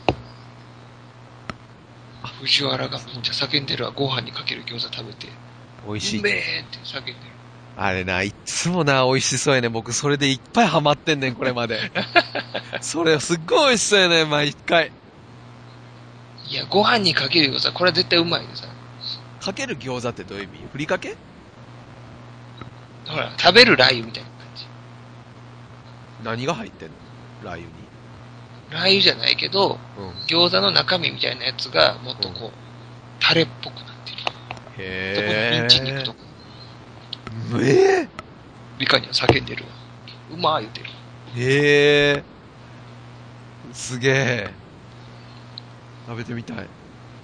Speaker 2: 藤原がめっちゃ叫んでるわ。ご飯にかける餃子食べて。
Speaker 1: 美味しい。
Speaker 2: うめえって叫んでる。
Speaker 1: あれな、いつもな、美味しそうやね。僕、それでいっぱいハマってんねん、これまで。それ、すっごい美味しそうやね、毎回。
Speaker 2: いや、ご飯にかける餃子、これは絶対うまいでさ。
Speaker 1: かける餃子ってどういう意味？ふりかけ？
Speaker 2: ほら、食べるラー油みたいな感じ。
Speaker 1: 何が入ってんの？ラー油に。
Speaker 2: ラー油じゃないけど、餃子の中身みたいなやつが、もっとこう、タレっぽくなってる。特にミンチ肉とか。リカには叫んでるわ。うまー言うてる。
Speaker 1: すげえ。食べてみたい。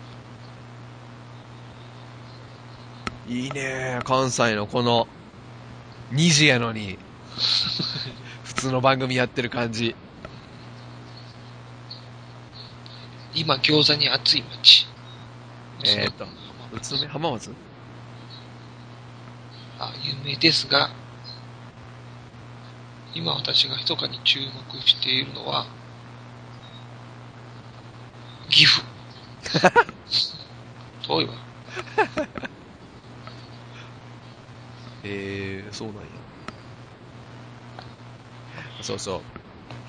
Speaker 1: いいね、関西のこの2時やのに普通の番組やってる感じ。
Speaker 2: 今餃子に熱い街。
Speaker 1: 宇都宮浜松？
Speaker 2: 有名ですが、今私が密かに注目しているのは岐阜。遠いわ。
Speaker 1: そうなんや。そうそう。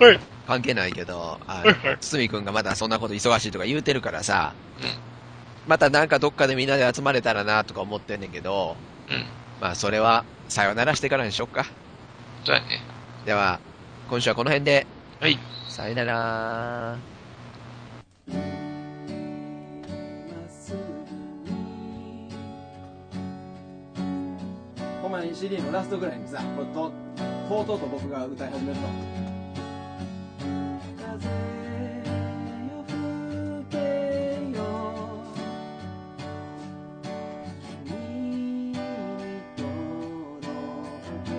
Speaker 2: はい。
Speaker 1: 関係ないけど、堤くんがまだそんなこと忙しいとか言うてるからさ、またなんかどっかでみんなで集まれたらなとか思ってんねんけど、まあそれはさよならしてからにしよっか。
Speaker 2: そうやね。
Speaker 1: では、今週はこの辺で。
Speaker 2: はい。
Speaker 1: さよなら。
Speaker 3: ほんまに CD のラストぐらいにさ、これとうとうと僕が歌い始めると。風よ吹けよ君に届け。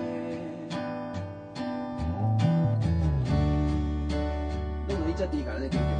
Speaker 3: どんどんいっちゃっていいからね、結局。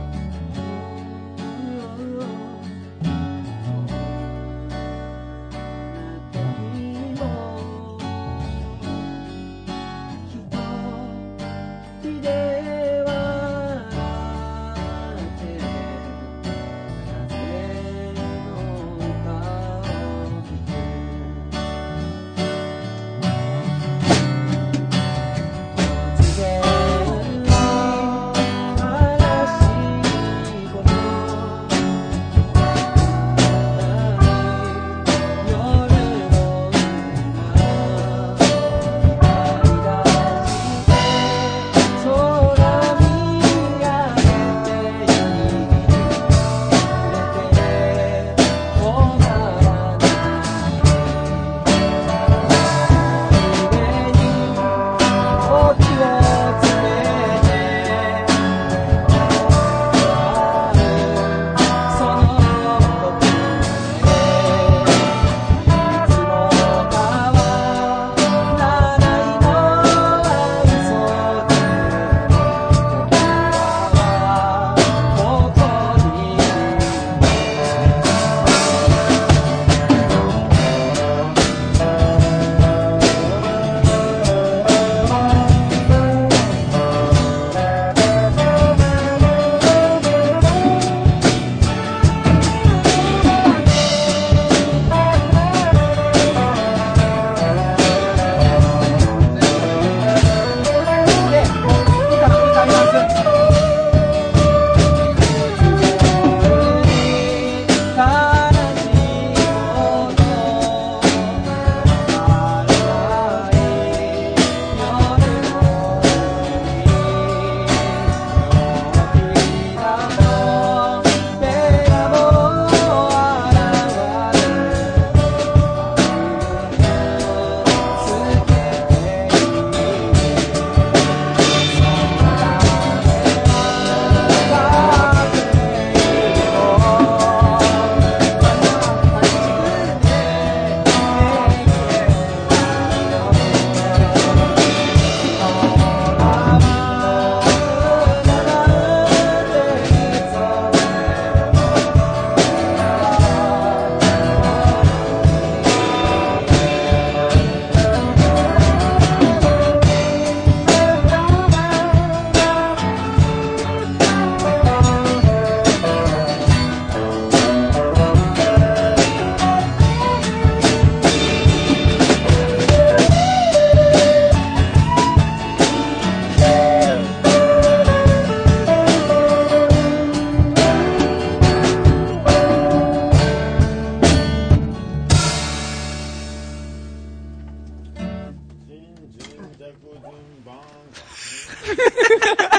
Speaker 3: そう
Speaker 4: バーン